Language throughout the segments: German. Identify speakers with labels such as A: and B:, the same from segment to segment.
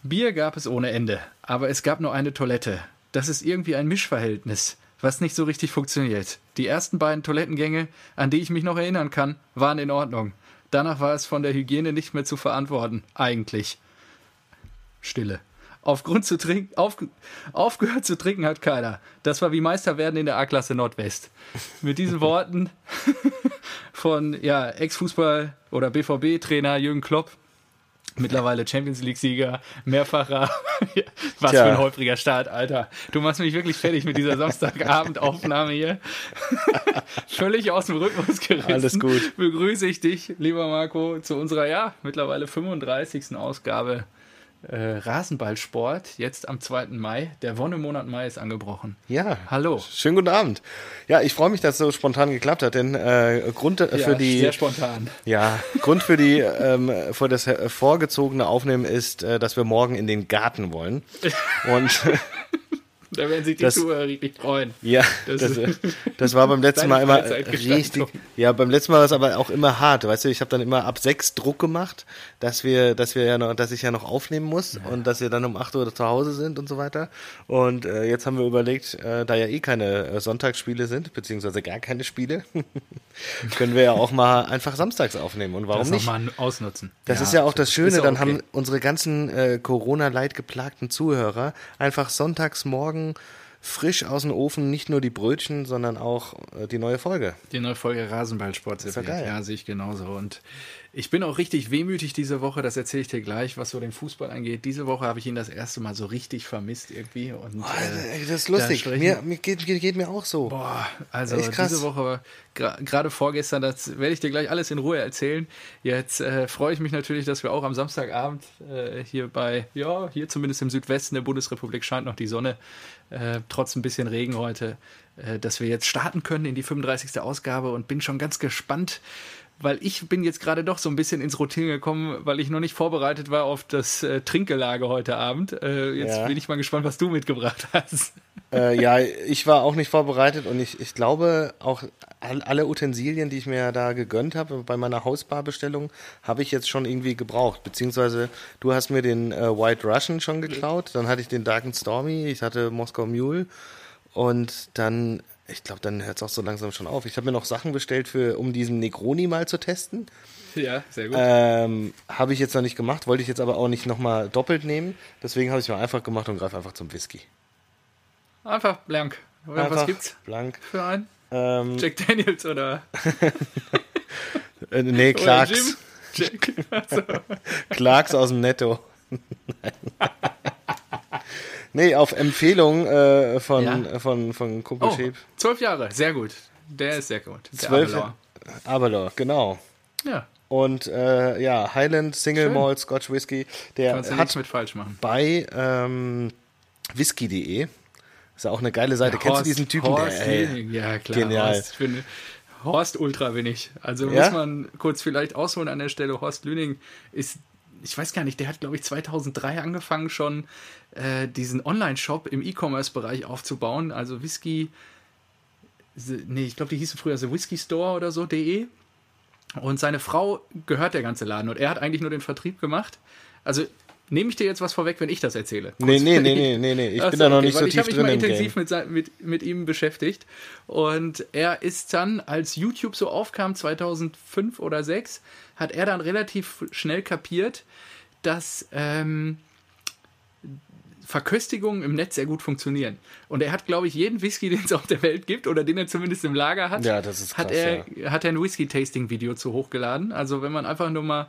A: Bier gab es ohne Ende, aber es gab nur eine Toilette. Das ist irgendwie ein Mischverhältnis, was nicht so richtig funktioniert. Die ersten beiden Toilettengänge, an die ich mich noch erinnern kann, waren in Ordnung. Danach war es von der Hygiene nicht mehr zu verantworten, eigentlich. Stille. Aufgehört zu trinken hat keiner. Das war wie Meisterwerden in der A-Klasse Nordwest. Mit diesen Worten von Ex-Fußball- oder BVB-Trainer Jürgen Klopp, mittlerweile Champions-League-Sieger, mehrfacher. Was für ein holpriger Start, Alter. Du machst mich wirklich fertig mit dieser Samstagabendaufnahme hier. Völlig aus dem Rhythmus gerissen.
B: Alles gut.
A: Begrüße ich dich, lieber Marco, zu unserer, mittlerweile 35. Ausgabe Rasenballsport, jetzt am 2. Mai. Der Wonnemonat Mai ist angebrochen.
B: Ja.
A: Hallo.
B: Schönen guten Abend. Ja, ich freue mich, dass es so spontan geklappt hat, denn
A: sehr spontan.
B: Ja, Grund für das vorgezogene Aufnehmen ist, dass wir morgen in den Garten wollen. Und
A: da werden sich die Zuhörer richtig freuen.
B: Ja, das war beim letzten Mal immer richtig. Ja, beim letzten Mal war es aber auch immer hart. Weißt du, ich habe dann immer ab 6 Druck gemacht, dass ich ja noch aufnehmen muss und dass wir dann um 8 Uhr zu Hause sind und so weiter. Und jetzt haben wir überlegt, da ja keine Sonntagsspiele sind, beziehungsweise gar keine Spiele, können wir ja auch mal einfach samstags aufnehmen. Und warum
A: das
B: nicht?
A: Das nochmal ausnutzen.
B: Das ist ja auch das Schöne, dann haben unsere ganzen Corona-leidgeplagten Zuhörer einfach sonntags morgen frisch aus dem Ofen nicht nur die Brötchen, sondern auch die neue Folge.
A: Die neue Folge Rasenballsport.
B: Ist ja geil.
A: Ja, sehe ich genauso. Und ich bin auch richtig wehmütig diese Woche, das erzähle ich dir gleich, was so den Fußball angeht. Diese Woche habe ich ihn das erste Mal so richtig vermisst irgendwie. Und,
B: das ist lustig. Mir geht mir auch so.
A: Boah, also diese Woche, gerade vorgestern, das werde ich dir gleich alles in Ruhe erzählen. Jetzt freue ich mich natürlich, dass wir auch am Samstagabend hier zumindest im Südwesten der Bundesrepublik scheint noch die Sonne, trotz ein bisschen Regen heute, dass wir jetzt starten können in die 35. Ausgabe und bin schon ganz gespannt, weil ich bin jetzt gerade doch so ein bisschen ins Routine gekommen, weil ich noch nicht vorbereitet war auf das Trinkgelage heute Abend. Bin ich mal gespannt, was du mitgebracht hast.
B: Ich war auch nicht vorbereitet und ich glaube auch alle Utensilien, die ich mir da gegönnt habe bei meiner Hausbarbestellung, habe ich jetzt schon irgendwie gebraucht. Beziehungsweise du hast mir den White Russian schon geklaut, dann hatte ich den Dark and Stormy, ich hatte Moskau Mule und dann... Ich glaube, dann hört es auch so langsam schon auf. Ich habe mir noch Sachen bestellt, um diesen Negroni mal zu testen.
A: Ja, sehr gut.
B: Habe ich jetzt noch nicht gemacht, wollte ich jetzt aber auch nicht nochmal doppelt nehmen. Deswegen habe ich es mir einfach gemacht und greife einfach zum Whisky.
A: Einfach blank. Was gibt's
B: blank
A: für einen? Jack Daniels oder?
B: Nee, Clarks.
A: Also.
B: Clarks aus dem Netto. Nee, auf Empfehlung von Kumpel Schieb.
A: 12 Jahre, sehr gut. Der ist sehr gut.
B: 12 Aberlour, genau.
A: Ja.
B: Und Highland Single Malt Scotch Whisky, der
A: kannst du nichts mit falsch machen.
B: Bei whisky.de, ist ja auch eine geile Seite. Kennst du diesen Typen?
A: Horst Lüning, ja klar.
B: Genial.
A: Horst Ultra bin ich. Also muss man kurz vielleicht ausholen an der Stelle. Horst Lüning ist, ich weiß gar nicht, der hat, glaube ich, 2003 angefangen schon diesen Online-Shop im E-Commerce-Bereich aufzubauen. Also Whisky, ich glaube, die hießen früher The Whisky Store oder so, .de. Und seine Frau gehört der ganze Laden und er hat eigentlich nur den Vertrieb gemacht. Also nehme ich dir jetzt was vorweg, wenn ich das erzähle?
B: Nee. Ich bin da noch nicht so tief drin.
A: Ich habe mich mal intensiv mit ihm beschäftigt. Und er ist dann, als YouTube so aufkam, 2005 oder 2006, hat er dann relativ schnell kapiert, dass Verköstigungen im Netz sehr gut funktionieren. Und er hat, glaube ich, jeden Whisky, den es auf der Welt gibt oder den er zumindest im Lager hat,
B: das ist krass,
A: hat er ein Whisky-Tasting-Video zu hochgeladen. Also wenn man einfach nur mal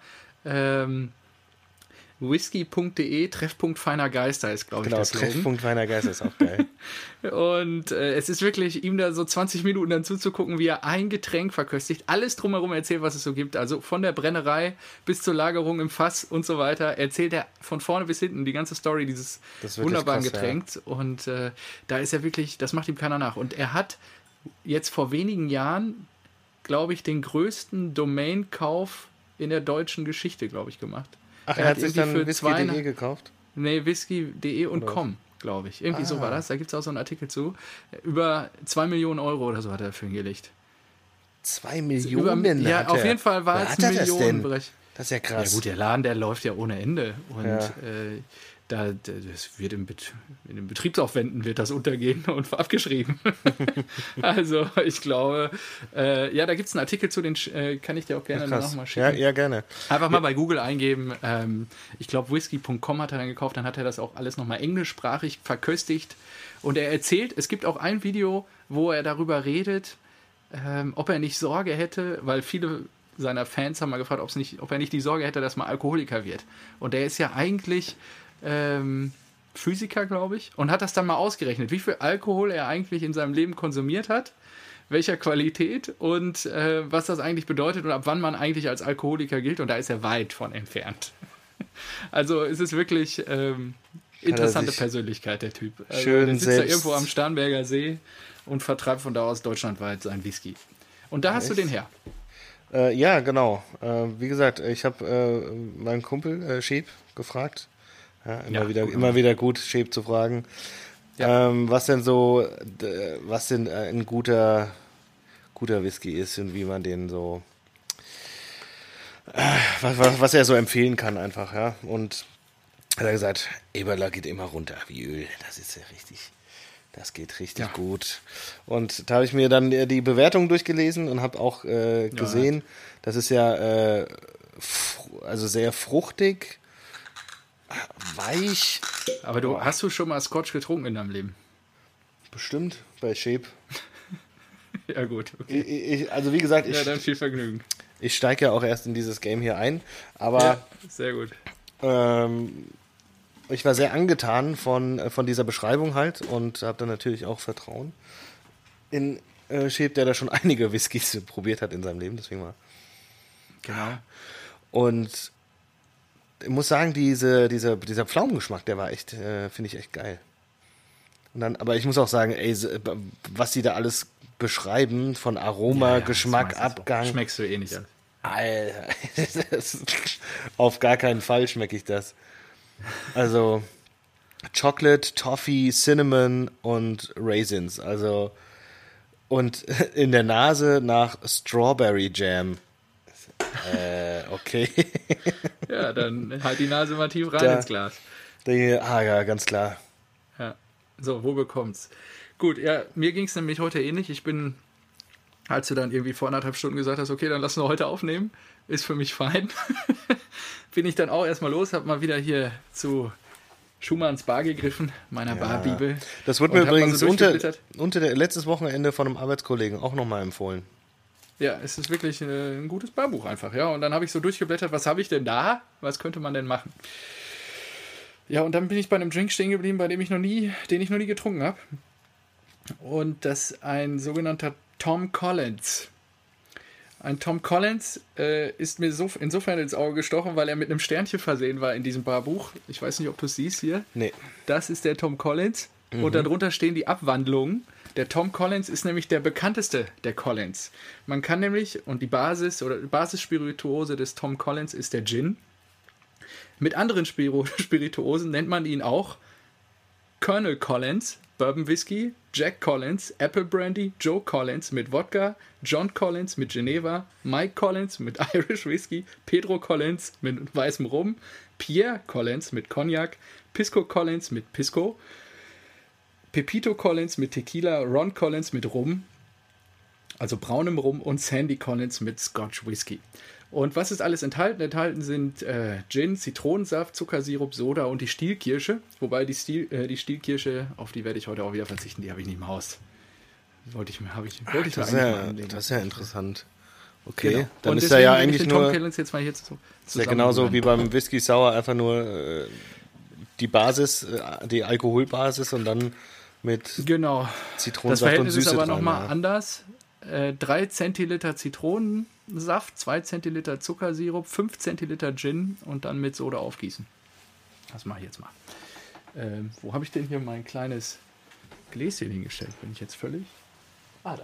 A: whisky.de, Treffpunkt feiner Geister ist, glaube ich, das Slogan.
B: Treffpunkt feiner Geister ist auch geil.
A: Und es ist wirklich, ihm da so 20 Minuten dann zuzugucken, wie er ein Getränk verköstigt, alles drumherum erzählt, was es so gibt. Also von der Brennerei bis zur Lagerung im Fass und so weiter, erzählt er von vorne bis hinten die ganze Story dieses wunderbaren Getränks. Ja. Und da ist er wirklich, das macht ihm keiner nach. Und er hat jetzt vor wenigen Jahren, glaube ich, den größten Domain-Kauf in der deutschen Geschichte, glaube ich, gemacht.
B: Ach, er hat sich dann whisky.de gekauft?
A: Nee, whisky.de und com, glaube ich. Irgendwie so war das. Da gibt es auch so einen Artikel zu. Über 2 Millionen Euro oder so hat er dafür hingelegt.
B: 2 Millionen?
A: Ja, auf jeden Fall war es ein Millionenbereich.
B: Das ist ja krass.
A: Ja gut, der Laden, der läuft ja ohne Ende. Und
B: Ja.
A: das wird in den Betriebsaufwänden wird das untergehen und abgeschrieben. Also ich glaube, da gibt es einen Artikel zu, den kann ich dir auch gerne
B: Krass.
A: nochmal schicken.
B: Ja, gerne.
A: Einfach mal bei Google eingeben. Ich glaube, whisky.com hat er dann gekauft, dann hat er das auch alles nochmal englischsprachig verköstigt. Und er erzählt, es gibt auch ein Video, wo er darüber redet, ob er nicht Sorge hätte, weil viele seiner Fans haben mal gefragt, ob er nicht die Sorge hätte, dass man Alkoholiker wird. Und er ist ja eigentlich Physiker, glaube ich, und hat das dann mal ausgerechnet, wie viel Alkohol er eigentlich in seinem Leben konsumiert hat, welcher Qualität und was das eigentlich bedeutet und ab wann man eigentlich als Alkoholiker gilt. Und da ist er weit von entfernt. Also es ist wirklich interessante Persönlichkeit, der Typ. Also,
B: schön
A: der sitzt
B: selbst
A: da irgendwo am Starnberger See und vertreibt von da aus deutschlandweit seinen Whisky. Und da hast du den her.
B: Ja, genau. Wie gesagt, ich habe meinen Kumpel Schäb gefragt. Ja, immer wieder gut, Schäb zu fragen.
A: Ja.
B: Was denn ein guter Whisky ist und wie man den so, was er so empfehlen kann einfach, ja. Und hat er gesagt, Eberler geht immer runter wie Öl. Das ist ja richtig. Das geht richtig gut. Und da habe ich mir dann die Bewertung durchgelesen und habe auch gesehen, das ist ja also sehr fruchtig, weich.
A: Aber hast du schon mal Scotch getrunken in deinem Leben?
B: Bestimmt, bei Schäb.
A: Ja gut, okay.
B: Also wie gesagt,
A: dann viel Vergnügen.
B: Ich steige ja auch erst in dieses Game hier ein, aber
A: ja, sehr gut.
B: Ich war sehr angetan von dieser Beschreibung halt und habe dann natürlich auch Vertrauen in Schäb, der da schon einige Whiskys probiert hat in seinem Leben, deswegen mal.
A: Genau.
B: Und ich muss sagen, dieser Pflaumengeschmack, der war echt, finde ich echt geil. Und dann, aber ich muss auch sagen, ey, was sie da alles beschreiben, von Aroma, Geschmack, Abgang.
A: Schmeckst du eh nicht an.
B: Alter, auf gar keinen Fall schmecke ich das. Also Chocolate, Toffee, Cinnamon und Raisins. Also und in der Nase nach Strawberry Jam. Okay.
A: Ja, dann halt die Nase mal tief rein ins Glas.
B: Ja, ganz klar.
A: Ja. So, wo bekommt's? Gut, ja, mir ging es nämlich heute ähnlich. Ich bin, als du dann irgendwie vor 1,5 Stunden gesagt hast, okay, dann lassen wir heute aufnehmen, ist für mich fein. Bin ich dann auch erstmal los, habe mal wieder hier zu Schumanns Bar gegriffen, meiner Barbibel.
B: Das wurde mir übrigens unter der letztes Wochenende von einem Arbeitskollegen auch nochmal empfohlen.
A: Ja, es ist wirklich ein gutes Barbuch einfach, ja. Und dann habe ich so durchgeblättert, was habe ich denn da? Was könnte man denn machen? Ja, und dann bin ich bei einem Drink stehen geblieben, den ich noch nie getrunken habe. Und das ist ein sogenannter Tom Collins. Ein Tom Collins ist mir insofern ins Auge gestochen, weil er mit einem Sternchen versehen war in diesem Barbuch. Ich weiß nicht, ob du es siehst hier.
B: Nee.
A: Das ist der Tom Collins. Und darunter stehen die Abwandlungen. Der Tom Collins ist nämlich der bekannteste der Collins. Man kann nämlich, und die Basisspirituose des Tom Collins ist der Gin. Mit anderen Spirituosen nennt man ihn auch Colonel Collins, Bourbon Whisky, Jack Collins, Apple Brandy, Joe Collins mit Wodka, John Collins mit Geneva, Mike Collins mit Irish Whisky, Pedro Collins mit weißem Rum, Pierre Collins mit Cognac, Pisco Collins mit Pisco, Pepito Collins mit Tequila, Ron Collins mit Rum, also braunem Rum, und Sandy Collins mit Scotch Whisky. Und was ist alles enthalten? Enthalten sind Gin, Zitronensaft, Zuckersirup, Soda und die Stielkirsche. Wobei die Stielkirsche, auf die werde ich heute auch wieder verzichten, die habe ich nicht im Haus.
B: Das ist ja interessant. Okay,
A: genau.
B: Dann
A: und
B: ist er ja eigentlich
A: den
B: nur...
A: Tom Collins jetzt mal hier
B: ist ja genauso wie beim Whisky Sour, einfach nur die Basis, die Alkoholbasis und dann mit Zitronensaft
A: das Verhältnis
B: und Süße
A: ist aber
B: dran,
A: nochmal anders. 3 Zentiliter Zitronensaft, 2 Zentiliter Zuckersirup, 5 Zentiliter Gin und dann mit Soda aufgießen. Das mache ich jetzt mal. Wo habe ich denn hier mein kleines Gläschen hingestellt? Bin ich jetzt völlig... da.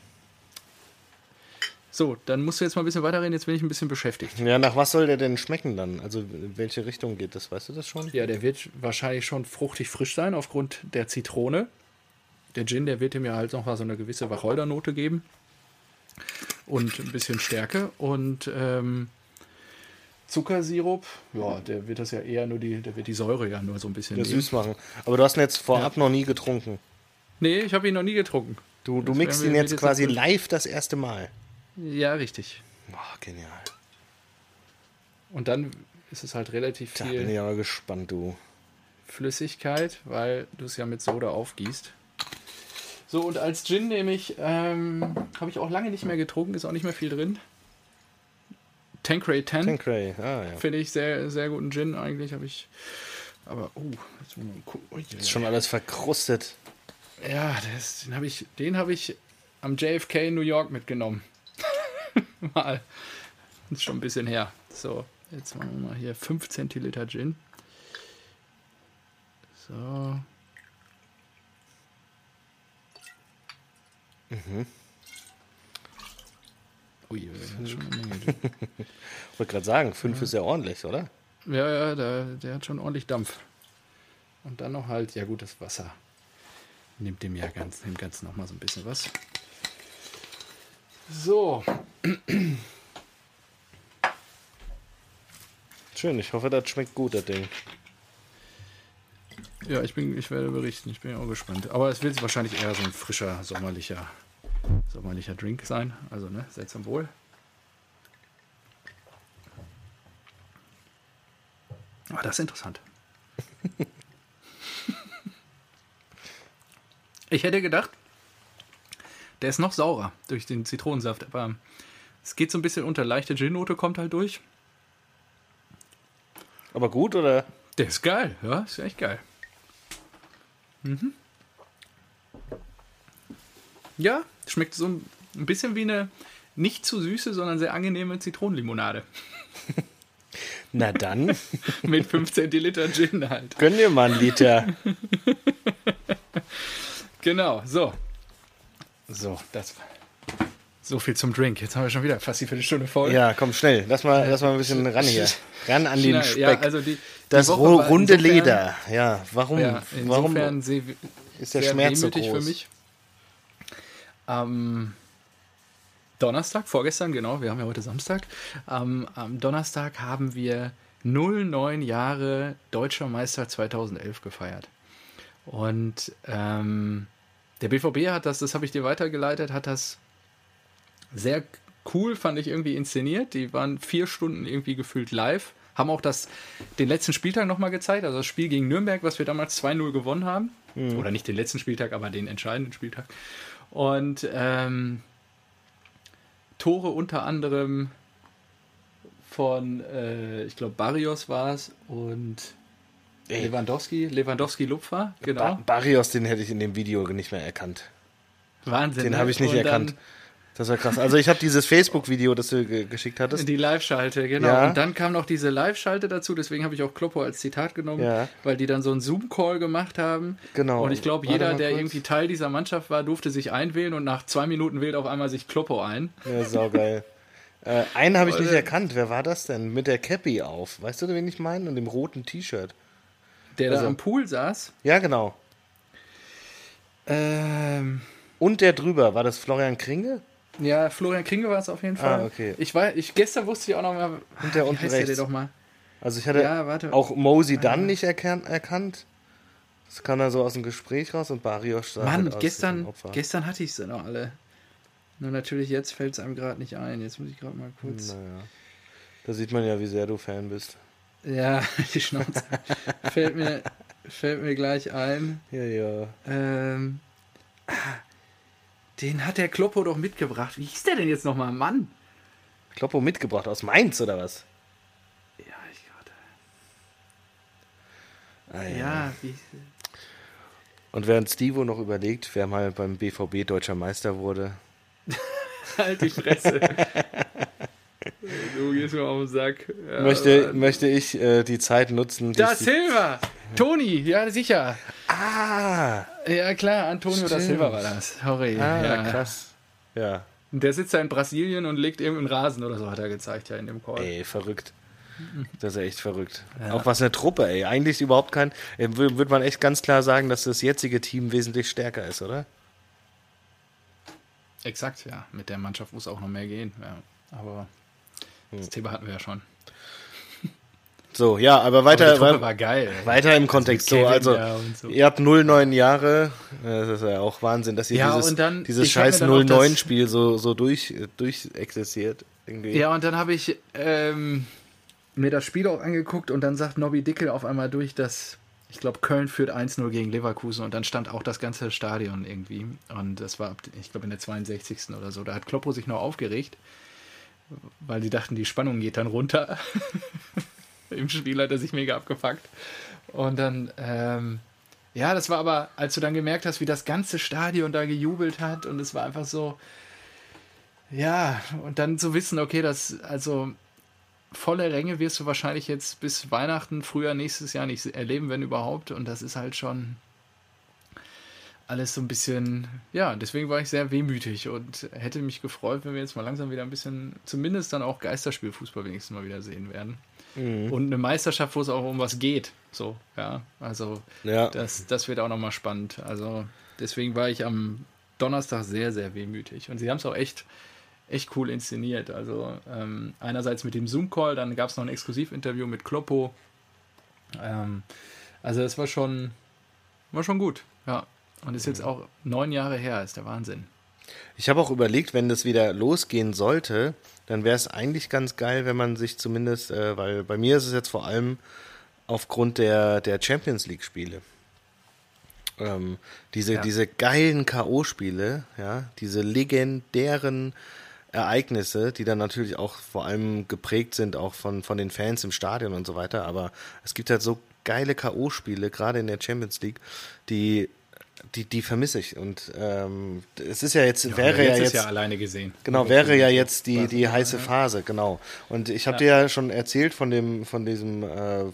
A: So, dann musst du jetzt mal ein bisschen weiterreden, jetzt bin ich ein bisschen beschäftigt.
B: Ja, nach was soll der denn schmecken dann? Also in welche Richtung geht das? Weißt du das schon?
A: Ja, der wird wahrscheinlich schon fruchtig frisch sein aufgrund der Zitrone. Der Gin, der wird ihm ja halt noch mal so eine gewisse Wacholdernote geben. Und ein bisschen Stärke. Und Zuckersirup, ja, der wird das ja eher nur der wird die Säure ja nur so ein bisschen
B: Ja, süß machen. Aber du hast ihn jetzt vorab noch nie getrunken.
A: Nee, ich habe ihn noch nie getrunken.
B: Du
A: Das
B: mixt
A: werden
B: ihn
A: wir
B: jetzt
A: jetzt
B: quasi
A: noch-
B: live das erste Mal.
A: Ja, richtig.
B: Boah, genial.
A: Und dann ist es halt relativ
B: Da bin
A: viel
B: ich aber gespannt, du.
A: Flüssigkeit, weil du es ja mit Soda aufgießt. So, und als Gin nehme ich, habe ich auch lange nicht mehr getrunken, ist auch nicht mehr viel drin. Tanqueray 10.
B: Tanqueray, ja.
A: Finde ich sehr, sehr guten Gin eigentlich, habe ich. Aber, jetzt muss man mal gucken. Ui,
B: Ist schon alles verkrustet.
A: ja, den habe ich am JFK in New York mitgenommen. Mal. Ist schon ein bisschen her. So, jetzt machen wir mal hier 5 Zentiliter Gin. So. Ui, das ist schon eine Menge Gin.
B: Ich wollte gerade sagen, 5 ist ja ordentlich, oder?
A: Ja, der hat schon ordentlich Dampf. Und dann noch halt, ja gut, das Wasser. Nimmt dem Ganzen noch mal so ein bisschen was. So.
B: Schön, ich hoffe, das schmeckt gut, das Ding.
A: Ja, ich werde berichten, ich bin ja auch gespannt. Aber es wird wahrscheinlich eher so ein frischer, sommerlicher Drink sein. Also, ne, seid zum Wohl. Aber das ist interessant. Ich hätte gedacht, der ist noch saurer durch den Zitronensaft, aber es geht so ein bisschen unter. Leichte Gin-Note kommt halt durch.
B: Aber gut, oder?
A: Der ist geil, ja, ist echt geil. Ja, schmeckt so ein bisschen wie eine nicht zu süße, sondern sehr angenehme Zitronenlimonade.
B: Na dann,
A: Mit 5 Zentiliter Gin halt.
B: gönn dir mal einen Liter.
A: Genau, so. So viel zum Drink. Jetzt haben wir schon wieder fast die Viertelstunde voll.
B: Ja, komm, schnell. Lass mal ein bisschen ran hier. Ran an den
A: Schnell.
B: Speck.
A: Ja, also die
B: das
A: Woche war
B: runde
A: insofern-
B: Leder. Ja, warum
A: insofern
B: ist der
A: sehr
B: Schmerz so
A: wehmütig
B: groß?
A: für mich. Am Donnerstag, vorgestern, genau, wir haben ja heute Samstag. Am Donnerstag haben wir 09 Jahre Deutscher Meister 2011 gefeiert. Und der BVB hat das habe ich dir weitergeleitet, hat das sehr cool, fand ich, irgendwie inszeniert. Die waren 4 Stunden irgendwie gefühlt live. Haben auch den letzten Spieltag nochmal gezeigt, also das Spiel gegen Nürnberg, was wir damals 2-0 gewonnen haben. Oder nicht den letzten Spieltag, aber den entscheidenden Spieltag. Und Tore unter anderem von, ich glaube, Barrios war es und Lewandowski-Lupfer, genau.
B: Barrios, den hätte ich in dem Video nicht mehr erkannt.
A: Wahnsinn.
B: Den
A: ne?
B: habe ich nicht
A: Und
B: erkannt. Das war krass. Also ich habe dieses Facebook-Video, das du geschickt hattest.
A: Die Live-Schalte, genau.
B: Ja.
A: Und dann kam noch diese Live-Schalte dazu, deswegen habe ich auch Kloppo als Zitat genommen,
B: Ja.
A: weil die dann so einen Zoom-Call gemacht haben.
B: Genau.
A: Und ich glaube,
B: Warte
A: jeder,
B: mal
A: der
B: kurz.
A: irgendwie Teil dieser Mannschaft war, durfte sich einwählen und nach 2 Minuten wählt auf einmal sich Kloppo ein.
B: Ja, saugeil. Einen habe ich nicht
A: Oder-
B: erkannt. Wer war das denn? Mit der Cappy auf. Weißt du, wen ich meine? Und dem roten T-Shirt.
A: Der
B: Also-
A: da am Pool saß.
B: Ja, genau. Und der drüber. War das Florian Kringe?
A: Ja, Florian Kringe war es auf jeden Fall.
B: Okay.
A: Gestern wusste ich auch noch mal,
B: Und der
A: wie
B: unten
A: heißt der
B: rechts.
A: doch mal?
B: Also ich hatte
A: Ja, warte.
B: auch Mosey Dunn nicht erkannt. Das kam da so aus dem Gespräch raus und Barrios sah
A: Mann,
B: halt aus wie ein Opfer.
A: gestern hatte ich sie noch alle. Nur natürlich jetzt fällt es einem gerade nicht ein. Jetzt muss ich gerade mal kurz...
B: Naja. Da sieht man ja, wie sehr du Fan bist.
A: Ja, die Schnauze. fällt mir gleich ein.
B: Ja.
A: Den hat der Kloppo doch mitgebracht. Wie hieß der denn jetzt nochmal? Mann!
B: Kloppo mitgebracht aus Mainz oder was?
A: Ja, ich
B: Ah,
A: gerade. Ja, wie...
B: Und während Stivo noch überlegt, wer mal beim BVB Deutscher Meister wurde.
A: Halt die Fresse. Du gehst mir auf den Sack. Ja,
B: Möchte ich die Zeit nutzen.
A: Da Silva! Toni, ja sicher.
B: Ah!
A: Ja klar, Antonio da
B: Stimmt.
A: Silva war das. Sorry.
B: Ja, krass. Ja,
A: Und der sitzt da in Brasilien und legt irgendeinen Rasen oder so, hat er gezeigt ja in dem Call.
B: ey, verrückt. Das ist echt verrückt. Auch was eine Truppe, ey. Eigentlich überhaupt kein... Würde man echt ganz klar sagen, dass das jetzige Team wesentlich stärker ist, oder?
A: Exakt, ja. Mit der Mannschaft muss auch noch mehr gehen. Ja. Aber das Thema hatten wir ja schon.
B: So, ja, aber
A: Aber
B: weiter,
A: die Truppe war geil.
B: weiter im Kontext.
A: mit
B: So,
A: Kevin
B: also,
A: da und so.
B: ihr habt 09 Jahre, das ist ja auch Wahnsinn, dass ihr
A: Ja,
B: dieses,
A: und dann-
B: dieses
A: ich hab mir
B: scheiß
A: dann auch
B: 09-Spiel so durchexistiert. Irgendwie.
A: Ja, und dann habe ich mir das Spiel auch angeguckt und dann sagt Nobby Dickel auf einmal durch, dass, ich glaube, Köln führt 1-0 gegen Leverkusen und dann stand auch das ganze Stadion irgendwie. Und das war, ich glaube, in der 62. oder so. Da hat Kloppo sich noch aufgeregt, weil die dachten, die Spannung geht dann runter. Im Spiel hat er sich mega abgefuckt. Und dann, ja, das war aber, als du dann gemerkt hast, wie das ganze Stadion da gejubelt hat und es war einfach so, ja, und dann zu wissen, okay, also volle Ränge wirst du wahrscheinlich jetzt bis Weihnachten, Frühjahr nächstes Jahr nicht erleben, wenn überhaupt. Und das ist halt schon alles so ein bisschen, ja, deswegen war ich sehr wehmütig und hätte mich gefreut, wenn wir jetzt mal langsam wieder ein bisschen, zumindest dann auch Geisterspielfußball wenigstens mal wieder sehen werden. Und eine Meisterschaft, wo es auch um was geht. So, ja, also
B: Ja.
A: das wird auch nochmal spannend. Also deswegen war ich am Donnerstag sehr, sehr wehmütig. Und sie haben es auch echt cool inszeniert. Also einerseits mit dem Zoom-Call, dann gab es noch ein Exklusivinterview mit Kloppo. Also es war schon gut, ja. Und ist jetzt auch 9 Jahre her, ist der Wahnsinn.
B: Ich habe auch überlegt, wenn das wieder losgehen sollte, dann wäre es eigentlich ganz geil, wenn man sich zumindest, weil bei mir ist es jetzt vor allem aufgrund der Champions League Spiele. Diese geilen K.O.-Spiele, ja, diese legendären Ereignisse, die dann natürlich auch vor allem geprägt sind, auch von den Fans im Stadion und so weiter, aber es gibt halt so geile K.O.-Spiele, gerade in der Champions League, die vermisse ich. Und es ist ja jetzt, wäre ja jetzt
A: Jahr alleine gesehen.
B: genau, wäre ja jetzt die heiße Phase, genau. Und ich habe dir ja schon erzählt von diesem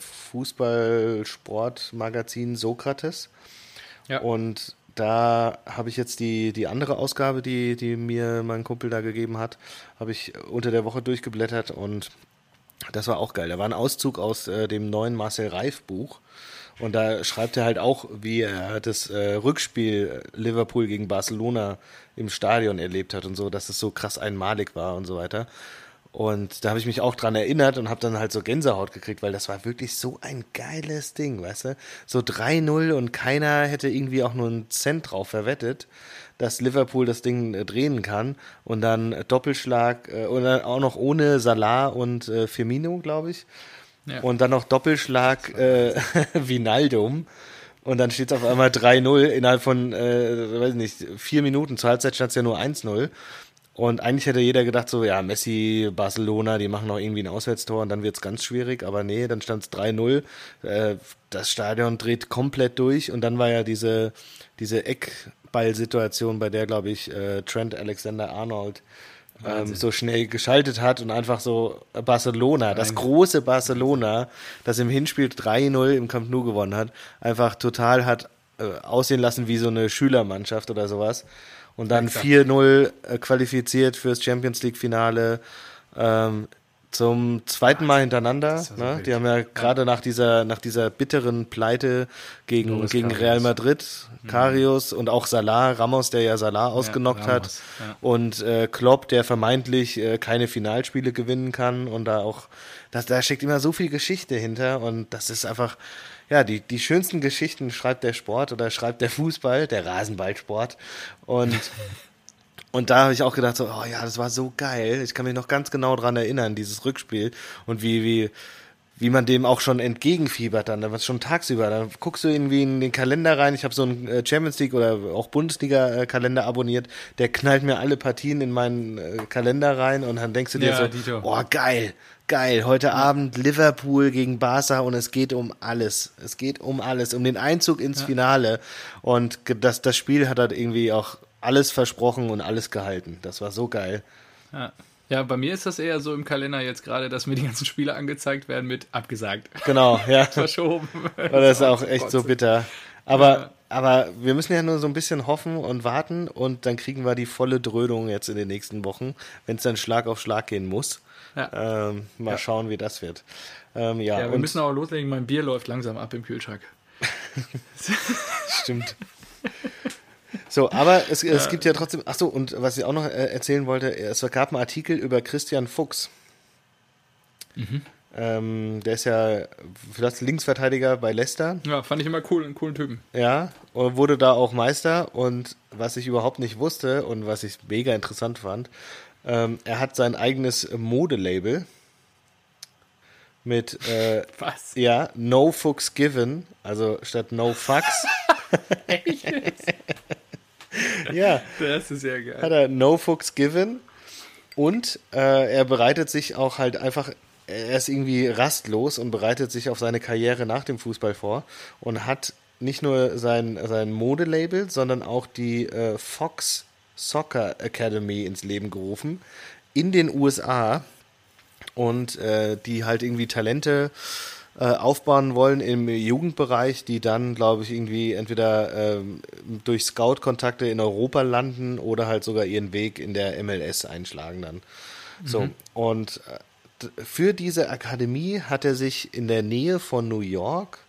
B: Fußball-Sport-Magazin Sokrates.
A: Ja.
B: Und da habe ich jetzt die andere Ausgabe, die mir mein Kumpel da gegeben hat, habe ich unter der Woche durchgeblättert und das war auch geil. Da war ein Auszug aus dem neuen Marcel Reif Buch. Und da schreibt er halt auch, wie er das Rückspiel Liverpool gegen Barcelona im Stadion erlebt hat und so, dass es so krass einmalig war und so weiter. Und da habe ich mich auch dran erinnert und habe dann halt so Gänsehaut gekriegt, weil das war wirklich so ein geiles Ding, weißt du? So 3-0 und keiner hätte irgendwie auch nur einen Cent drauf verwettet, dass Liverpool das Ding drehen kann. Und dann Doppelschlag, oder auch noch ohne Salah und Firmino, glaube ich.
A: Ja.
B: Und dann noch Doppelschlag Wijnaldum. Und dann steht es auf einmal 3-0 innerhalb von, weiß nicht, 4 Minuten. Zur Halbzeit stand es ja nur 1-0. Und eigentlich hätte jeder gedacht so, ja, Messi, Barcelona, die machen noch irgendwie ein Auswärtstor und dann wird's ganz schwierig. Aber nee, dann stand es 3-0. Das Stadion dreht komplett durch. Und dann war ja diese Eckball-Situation, bei der, glaube ich, Trent Alexander-Arnold so schnell geschaltet hat und einfach so Barcelona, das große Barcelona, das im Hinspiel 3-0 im Camp Nou gewonnen hat, einfach total hat aussehen lassen wie so eine Schülermannschaft oder sowas. Und dann 4-0 qualifiziert fürs Champions League Finale zum zweiten Mal hintereinander. Ne? Die haben ja gerade nach dieser bitteren Pleite gegen Real Madrid, Karius und auch Salah, Ramos, der ja Salah ausgenockt hat. Ja. Und Klopp, der vermeintlich keine Finalspiele gewinnen kann. Und da steckt immer so viel Geschichte hinter. Und das ist einfach, ja, die schönsten Geschichten schreibt der Sport oder schreibt der Fußball, der Rasenballsport. Und da habe ich auch gedacht, so, oh ja, das war so geil. Ich kann mich noch ganz genau dran erinnern, dieses Rückspiel. Und wie man dem auch schon entgegenfiebert dann. Da war schon tagsüber. Da guckst du irgendwie in den Kalender rein. Ich habe so einen Champions League oder auch Bundesliga-Kalender abonniert. Der knallt mir alle Partien in meinen Kalender rein. Und dann denkst du dir oh geil. Heute Abend Liverpool gegen Barca und es geht um alles. Es geht um alles, um den Einzug ins Finale. Und das Spiel hat halt irgendwie auch alles versprochen und alles gehalten. Das war so geil.
A: Ja, bei mir ist das eher so im Kalender jetzt gerade, dass mir die ganzen Spiele angezeigt werden mit abgesagt.
B: Genau, ja.
A: Verschoben.
B: Das ist auch echt so bitter. Aber wir müssen ja nur so ein bisschen hoffen und warten und dann kriegen wir die volle Dröhnung jetzt in den nächsten Wochen, wenn es dann Schlag auf Schlag gehen muss. Ja. Mal schauen, wie das wird.
A: Wir müssen auch loslegen. Mein Bier läuft langsam ab im Kühlschrank.
B: Stimmt. So, aber es gibt ja trotzdem, ach so, und was ich auch noch erzählen wollte, es gab einen Artikel über Christian Fuchs. Der ist ja vielleicht Linksverteidiger bei Leicester.
A: Ja, fand ich immer cool, einen coolen Typen.
B: Ja, und wurde da auch Meister. Und was ich überhaupt nicht wusste und was ich mega interessant fand, er hat sein eigenes Modelabel mit
A: Was?
B: ja, No Fucks Given, also statt No Fucks.
A: Echt jetzt?
B: Ja,
A: Das ist ja geil.
B: hat er No Fucks Given und er bereitet sich auch halt einfach, er ist irgendwie rastlos und bereitet sich auf seine Karriere nach dem Fußball vor und hat nicht nur sein Modelabel, sondern auch die Fox Soccer Academy ins Leben gerufen in den USA und die halt irgendwie Talente aufbauen wollen im Jugendbereich, die dann, glaube ich, irgendwie entweder durch Scout-Kontakte in Europa landen oder halt sogar ihren Weg in der MLS einschlagen dann. So, und für diese Akademie hat er sich in der Nähe von New York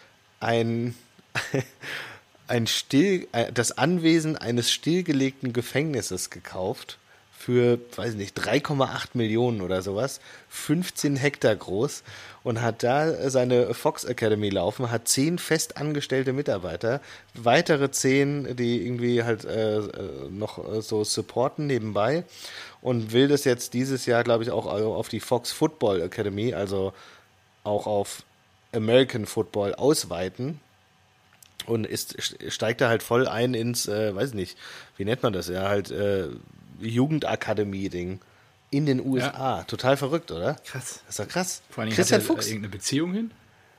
B: das Anwesen eines stillgelegten Gefängnisses gekauft für, weiß nicht, 3,8 Millionen oder sowas, 15 Hektar groß und hat da seine Fox Academy laufen, hat 10 festangestellte Mitarbeiter, weitere 10, die irgendwie halt noch so supporten nebenbei und will das jetzt dieses Jahr, glaube ich, auch auf die Fox Football Academy, also auch auf American Football ausweiten. Und steigt da halt voll ein ins, weiß nicht, wie nennt man das? Ja, halt Jugendakademie-Ding in den USA. Ja. Total verrückt, oder?
A: Krass.
B: Das ist doch krass.
A: Vor allem
B: Christian
A: hat er
B: Fuchs.
A: Irgendeine Beziehung hin?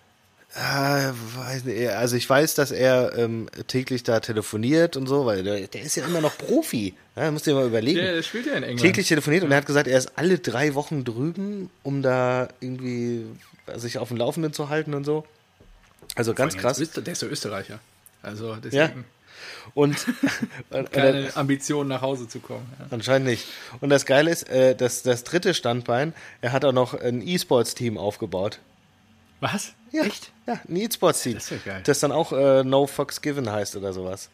B: Weiß nicht, also ich weiß, dass er täglich da telefoniert und so, weil der ist ja immer noch Profi. Ja, musst du dir mal überlegen.
A: Der spielt ja in England.
B: Täglich telefoniert und er hat gesagt, er ist alle 3 Wochen drüben, um da irgendwie sich auf dem Laufenden zu halten und so. Also ganz krass.
A: Der ist ja Österreicher. Also deswegen.
B: Ja. Und
A: keine Ambition nach Hause zu kommen. Ja.
B: Anscheinend nicht. Und das Geile ist, das dritte Standbein, er hat auch noch ein E-Sports-Team aufgebaut.
A: Was?
B: Ja,
A: echt?
B: Ja, ein E-Sports-Team.
A: Das ist ja geil.
B: Das dann auch No Fucks Given heißt oder sowas.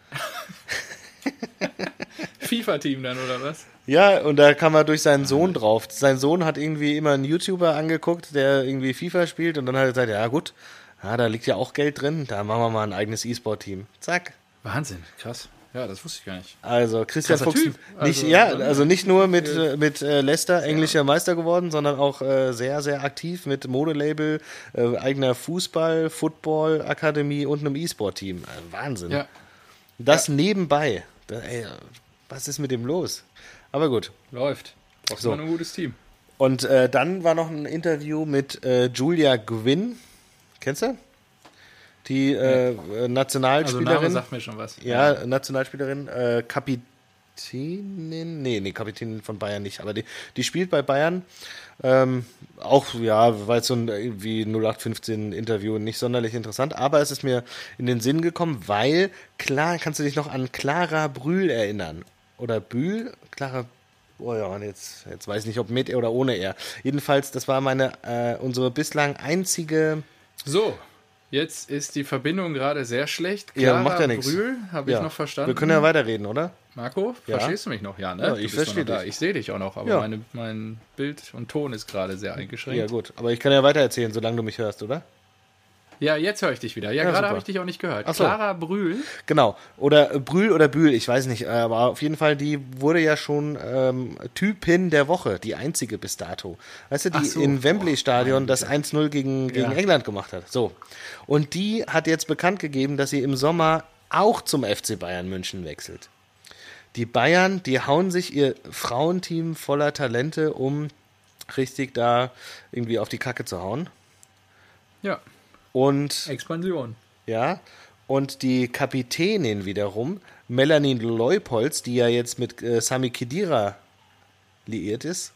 A: FIFA-Team dann, oder was?
B: Ja, und da kam er durch seinen Sohn drauf. Sein Sohn hat irgendwie immer einen YouTuber angeguckt, der irgendwie FIFA spielt und dann hat er gesagt, ja gut, da liegt ja auch Geld drin, da machen wir mal ein eigenes E-Sport-Team. Zack.
A: Wahnsinn, krass. Ja, das wusste ich gar nicht.
B: Also Christian
A: Krasser
B: Fuchs,
A: Typ.
B: also nicht nur mit Leicester englischer Meister geworden, sondern auch sehr, sehr aktiv mit Modelabel, eigener Fußball, Football, Akademie und einem E-Sport-Team. Wahnsinn.
A: Ja.
B: Das nebenbei. Was ist mit dem los? Aber gut.
A: Läuft. Brauchst du ein gutes Team.
B: Und dann war noch ein Interview mit Julia Gwynn. Kennst du? Die Nationalspielerin.
A: Also Name sagt mir schon was.
B: Ja, Nationalspielerin, Kapitänin. Nee, Kapitänin von Bayern nicht, aber die spielt bei Bayern. Auch, ja, weil so ein irgendwie 0815 Interview nicht sonderlich interessant, aber es ist mir in den Sinn gekommen, weil, klar, kannst du dich noch an Clara Brühl erinnern? Oder Bühl? Clara Oh ja, und jetzt weiß ich nicht, ob mit oder ohne er. Jedenfalls, das war unsere bislang einzige.
A: So, jetzt ist die Verbindung gerade sehr schlecht.
B: Clara macht ja nichts.
A: Brühl, habe ich noch verstanden.
B: Wir können ja weiterreden, oder?
A: Marco, verstehst du mich noch? Ja, ne?
B: Ja, ich verstehe dich.
A: Ich sehe dich auch noch, aber mein Bild und Ton ist gerade sehr eingeschränkt.
B: Ja gut, aber ich kann ja weitererzählen, solange du mich hörst, oder?
A: Ja, jetzt höre ich dich wieder. Ja, gerade habe ich dich auch nicht gehört.
B: Ach so.
A: Clara Brühl.
B: Genau. Oder Brühl oder Bühl, ich weiß nicht. Aber auf jeden Fall, die wurde ja schon Typin der Woche, die einzige bis dato. Weißt du, die im Wembley-Stadion das 1-0 gegen England gemacht hat. So. Und die hat jetzt bekannt gegeben, dass sie im Sommer auch zum FC Bayern München wechselt. Die Bayern, die hauen sich ihr Frauenteam voller Talente, um richtig da irgendwie auf die Kacke zu hauen.
A: Ja.
B: Und
A: Expansion.
B: Ja, und die Kapitänin wiederum, Melanie Leupolz, die ja jetzt mit Sami Khedira liiert ist,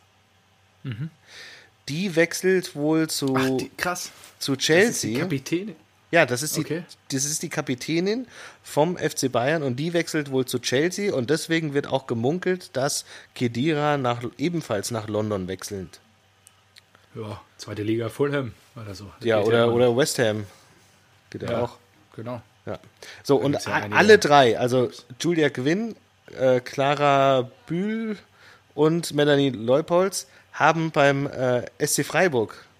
B: die wechselt wohl zu Chelsea. Das ist die
A: Kapitänin?
B: Ja, das ist die Kapitänin vom FC Bayern und die wechselt wohl zu Chelsea und deswegen wird auch gemunkelt, dass Khedira ebenfalls nach London wechselt.
A: Ja, zweite Liga Fulham oder so.
B: Ja, oder West Ham. Geht ja auch.
A: Genau.
B: Ja. So, und alle drei, also Julia Gwynn, Clara Bühl und Melanie Leupolz, haben beim SC Freiburg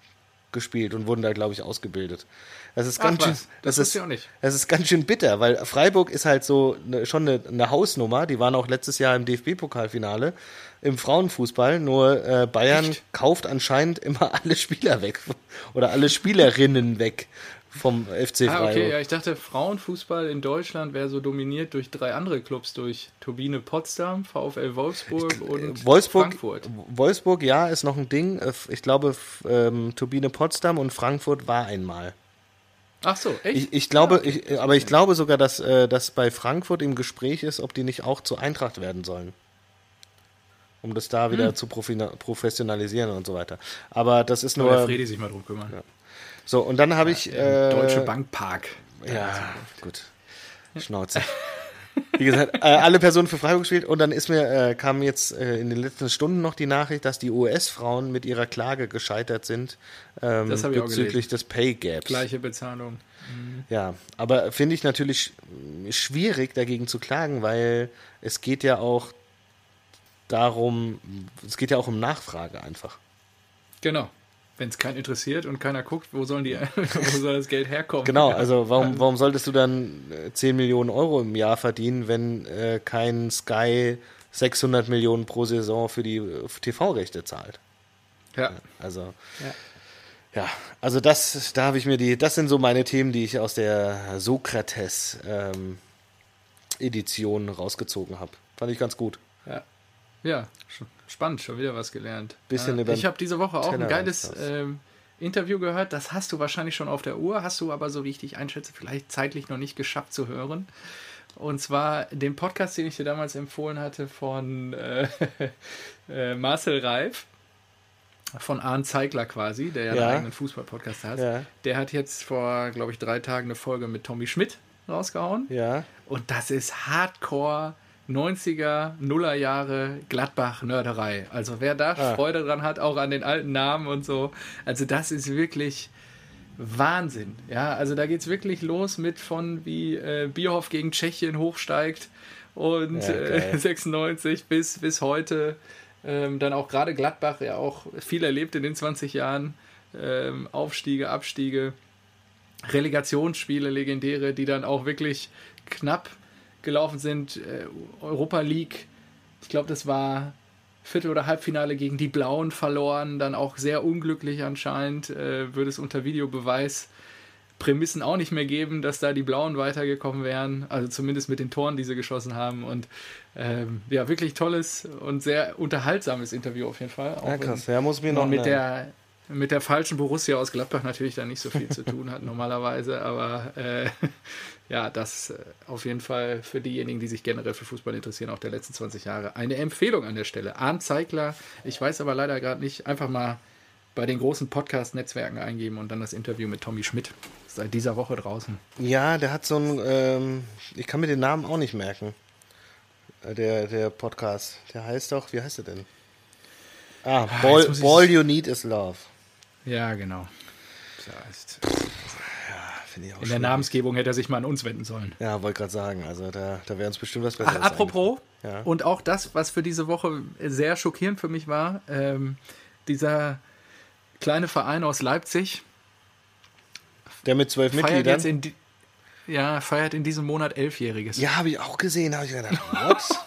B: gespielt und wurden da, glaube ich, ausgebildet. Das ist
A: Ach
B: ganz schön,
A: was, das wusste ich auch nicht.
B: das ist ganz schön bitter, weil Freiburg ist halt so schon eine Hausnummer. Die waren auch letztes Jahr im DFB-Pokalfinale im Frauenfußball. Nur Bayern
A: Echt?
B: kauft anscheinend immer alle Spieler weg oder alle Spielerinnen weg vom FC Freiburg.
A: Okay, ja, ich dachte, Frauenfußball in Deutschland wäre so dominiert durch 3 andere Clubs, durch Turbine Potsdam, VfL Wolfsburg und Frankfurt.
B: Wolfsburg, ja, ist noch ein Ding. Ich glaube, Turbine Potsdam und Frankfurt war einmal.
A: Ach so, echt?
B: Ich glaube,
A: Ja, okay.
B: aber ich glaube sogar, dass das bei Frankfurt im Gespräch ist, ob die nicht auch zu Eintracht werden sollen. Um das da wieder zu professionalisieren und so weiter. Aber das ist
A: Soll der
B: nur.
A: Fredi sich mal drum kümmern.
B: Ja. So, und dann habe ich.
A: Deutsche Bank Park.
B: Ja, gut. Schnauze. Wie gesagt, alle Personen für Freiburg gespielt und dann kam jetzt in den letzten Stunden noch die Nachricht, dass die US-Frauen mit ihrer Klage gescheitert sind
A: Das habe ich auch
B: bezüglich
A: gelesen.
B: des Pay Gaps.
A: Gleiche Bezahlung.
B: Ja, aber finde ich natürlich schwierig dagegen zu klagen, weil es geht ja auch darum, es geht ja auch um Nachfrage einfach.
A: Genau. Wenn es keinen interessiert und keiner guckt, wo soll das Geld herkommen?
B: Genau, also warum solltest du dann 10 Millionen Euro im Jahr verdienen, wenn kein Sky 600 Millionen pro Saison für die TV-Rechte zahlt?
A: Ja.
B: Also, also da habe ich mir das sind so meine Themen, die ich aus der Sokrates-Edition rausgezogen habe. Fand ich ganz gut.
A: Ja, spannend, schon wieder was gelernt.
B: Bisschen über
A: ich habe diese Woche auch ein
B: Tellerrand
A: geiles Interview gehört, das hast du wahrscheinlich schon auf der Uhr, hast du aber, so wie ich dich einschätze, vielleicht zeitlich noch nicht geschafft zu hören. Und zwar den Podcast, den ich dir damals empfohlen hatte von Marcel Reif, von Arndt Zeigler quasi, der ja einen eigenen Fußball-Podcast hat.
B: Ja.
A: Der hat jetzt vor, glaube ich, 3 Tagen eine Folge mit Tommy Schmidt rausgehauen.
B: Ja.
A: Und das ist Hardcore 90er, Nullerjahre Gladbach-Nörderei. Also wer da Freude dran hat, auch an den alten Namen und so, also das ist wirklich Wahnsinn. Ja, also da geht es wirklich los mit von wie Bierhoff gegen Tschechien hochsteigt und 96 bis heute. Dann auch gerade Gladbach ja auch viel erlebt in den 20 Jahren. Aufstiege, Abstiege, Relegationsspiele, legendäre, die dann auch wirklich knapp gelaufen sind. Europa League, ich glaube, das war Viertel- oder Halbfinale gegen die Blauen verloren, dann auch sehr unglücklich anscheinend, würde es unter Videobeweis Prämissen auch nicht mehr geben, dass da die Blauen weitergekommen wären, also zumindest mit den Toren, die sie geschossen haben und ja, wirklich tolles und sehr unterhaltsames Interview auf jeden Fall. Auch
B: Ja, krass, ja, muss mir noch
A: mit der falschen Borussia aus Gladbach natürlich da nicht so viel zu tun hat normalerweise, aber ja, das auf jeden Fall für diejenigen, die sich generell für Fußball interessieren, auch der letzten 20 Jahre, eine Empfehlung an der Stelle. Arndt Zeigler, ich weiß aber leider gerade nicht, einfach mal bei den großen Podcast-Netzwerken eingeben und dann das Interview mit Tommy Schmidt. Seit dieser Woche draußen.
B: Ja, der hat so ein, ich kann mir den Namen auch nicht merken, der Podcast. Der heißt doch, wie heißt er denn? All You Need Is Love.
A: Ja, genau. Das heißt,
B: Finde ich auch
A: in der Namensgebung hätte er sich mal an uns wenden sollen.
B: Ja, wollte gerade sagen, also da wäre uns bestimmt was Besseres.
A: Apropos,
B: ja.
A: Und auch das, was für diese Woche sehr schockierend für mich war, dieser kleine Verein aus Leipzig,
B: der mit 12 Mitgliedern.
A: Feiert in diesem Monat 11-Jähriges.
B: Ja, habe ich auch gesehen, habe ich gedacht, what?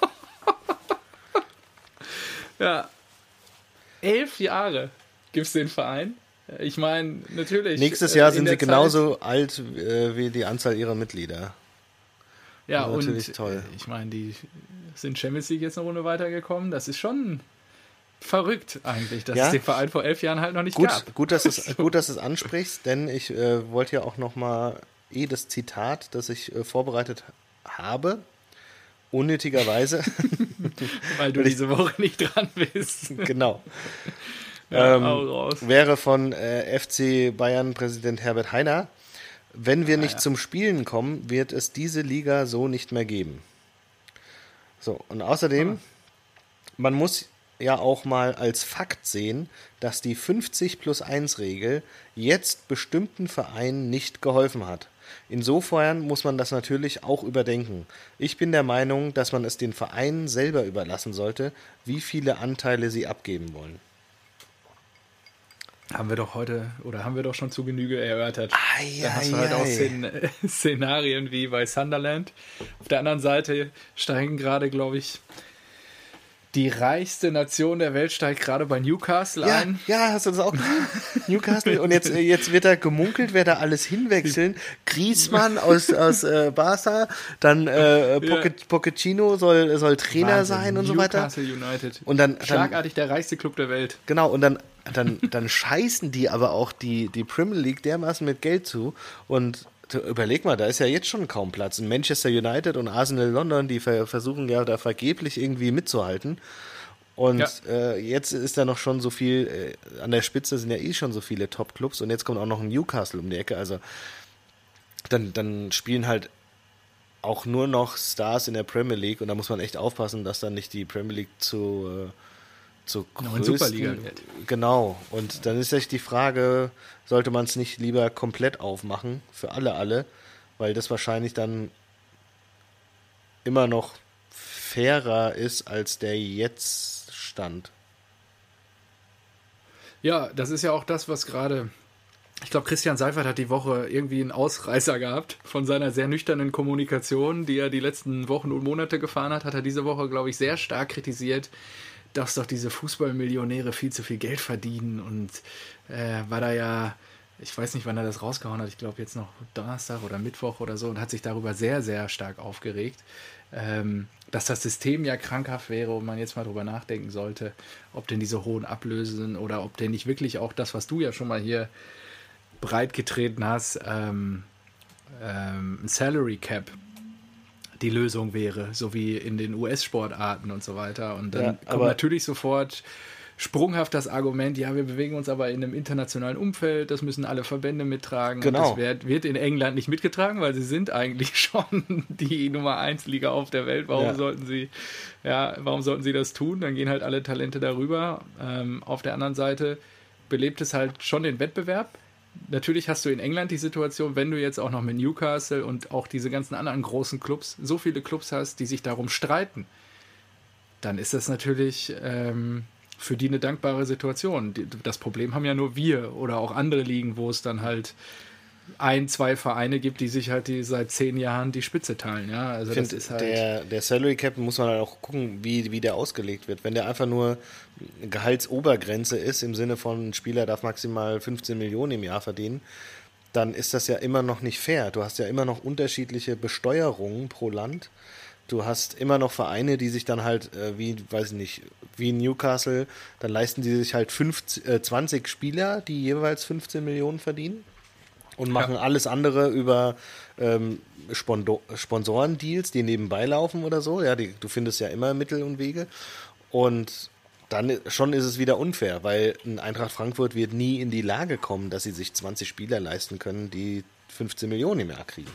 A: Ja, 11 Jahre gibt es den Verein. Ich meine, natürlich.
B: Nächstes Jahr sind sie genauso alt wie die Anzahl ihrer Mitglieder.
A: Ja, und
B: natürlich toll.
A: Ich meine, die sind Champions League jetzt eine Runde weitergekommen. Das ist schon verrückt eigentlich, dass es den Verein vor 11 Jahren halt noch nicht gab.
B: Gut, dass du es ansprichst, denn ich wollte ja auch nochmal das Zitat, das ich vorbereitet habe, unnötigerweise.
A: Weil du diese Woche nicht dran bist.
B: Genau.
A: Raus.
B: Wäre von FC Bayern Präsident Herbert Hainer: Wenn wir nicht zum Spielen kommen, wird es diese Liga so nicht mehr geben. So, und außerdem, man muss ja auch mal als Fakt sehen, dass die 50+1-Regel jetzt bestimmten Vereinen nicht geholfen hat. Insofern muss man das natürlich auch überdenken. Ich bin der Meinung, dass man es den Vereinen selber überlassen sollte, wie viele Anteile sie abgeben wollen.
A: Haben wir doch heute, oder haben wir doch schon zu Genüge erörtert. Da hast du
B: Ei,
A: halt auch
B: ei.
A: Szenarien wie bei Sunderland. Auf der anderen Seite steigen gerade, glaube ich, die reichste Nation der Welt steigt gerade bei Newcastle
B: Ja,
A: ein.
B: ja, hast du das auch gesehen? Newcastle. Und jetzt wird da gemunkelt, wer da alles hinwechseln. Griezmann aus Barca, dann Pochettino soll Trainer
A: Wahnsinn.
B: sein und so weiter.
A: Newcastle United.
B: Und dann
A: Schlagartig der reichste Club der Welt.
B: genau, und dann scheißen die aber auch die Premier League dermaßen mit Geld zu. Und überleg mal, da ist ja jetzt schon kaum Platz. In Manchester United und Arsenal London, die versuchen ja da vergeblich irgendwie mitzuhalten. Und jetzt ist da noch schon so viel, an der Spitze sind ja eh schon so viele Top-Clubs und jetzt kommt auch noch ein Newcastle um die Ecke. Also dann spielen halt auch nur noch Stars in der Premier League und da muss man echt aufpassen, dass dann nicht die Premier League zur
A: Neuen
B: größten,
A: Superliga wird.
B: Genau. Und dann ist echt die Frage, sollte man es nicht lieber komplett aufmachen für alle, weil das wahrscheinlich dann immer noch fairer ist als der jetzt Stand.
A: Ja, das ist ja auch das, was gerade, ich glaube, Christian Seifert hat die Woche irgendwie einen Ausreißer gehabt von seiner sehr nüchternen Kommunikation, die er die letzten Wochen und Monate gefahren hat er diese Woche, glaube ich, sehr stark kritisiert, dass doch diese Fußballmillionäre viel zu viel Geld verdienen und war da ja, ich weiß nicht, wann er das rausgehauen hat, ich glaube jetzt noch Donnerstag oder Mittwoch oder so und hat sich darüber sehr, sehr stark aufgeregt, dass das System ja krankhaft wäre und man jetzt mal drüber nachdenken sollte, ob denn diese hohen Ablösen oder ob denn nicht wirklich auch das, was du ja schon mal hier breit getreten hast, ein Salary Cap die Lösung wäre, so wie in den US-Sportarten und so weiter. Und dann kommt natürlich sofort sprunghaft das Argument, ja, wir bewegen uns aber in einem internationalen Umfeld, das müssen alle Verbände mittragen.
B: Genau.
A: Und das wird in England nicht mitgetragen, weil sie sind eigentlich schon die Nummer 1 Liga auf der Welt. Warum sollten sie das tun? Dann gehen halt alle Talente darüber. Auf der anderen Seite belebt es halt schon den Wettbewerb. Natürlich hast du in England die Situation, wenn du jetzt auch noch mit Newcastle und auch diese ganzen anderen großen Clubs, so viele Clubs hast, die sich darum streiten, dann ist das natürlich für die eine dankbare Situation. Das Problem haben ja nur wir oder auch andere Ligen, wo es dann halt 1-2 Vereine gibt, die sich halt seit 10 Jahren die Spitze teilen. Ja? Also das ist halt
B: der Salary Cap muss man halt auch gucken, wie der ausgelegt wird. Wenn der einfach nur Gehaltsobergrenze ist, im Sinne von ein Spieler darf maximal 15 Millionen im Jahr verdienen, dann ist das ja immer noch nicht fair. Du hast ja immer noch unterschiedliche Besteuerungen pro Land. Du hast immer noch Vereine, die sich dann halt, wie Newcastle, dann leisten die sich halt 20 Spieler, die jeweils 15 Millionen verdienen. Und machen alles andere über Sponsorendeals, die nebenbei laufen oder so. Ja, du findest ja immer Mittel und Wege. Und dann schon ist es wieder unfair, weil ein Eintracht Frankfurt wird nie in die Lage kommen, dass sie sich 20 Spieler leisten können, die 15 Millionen im Jahr kriegen.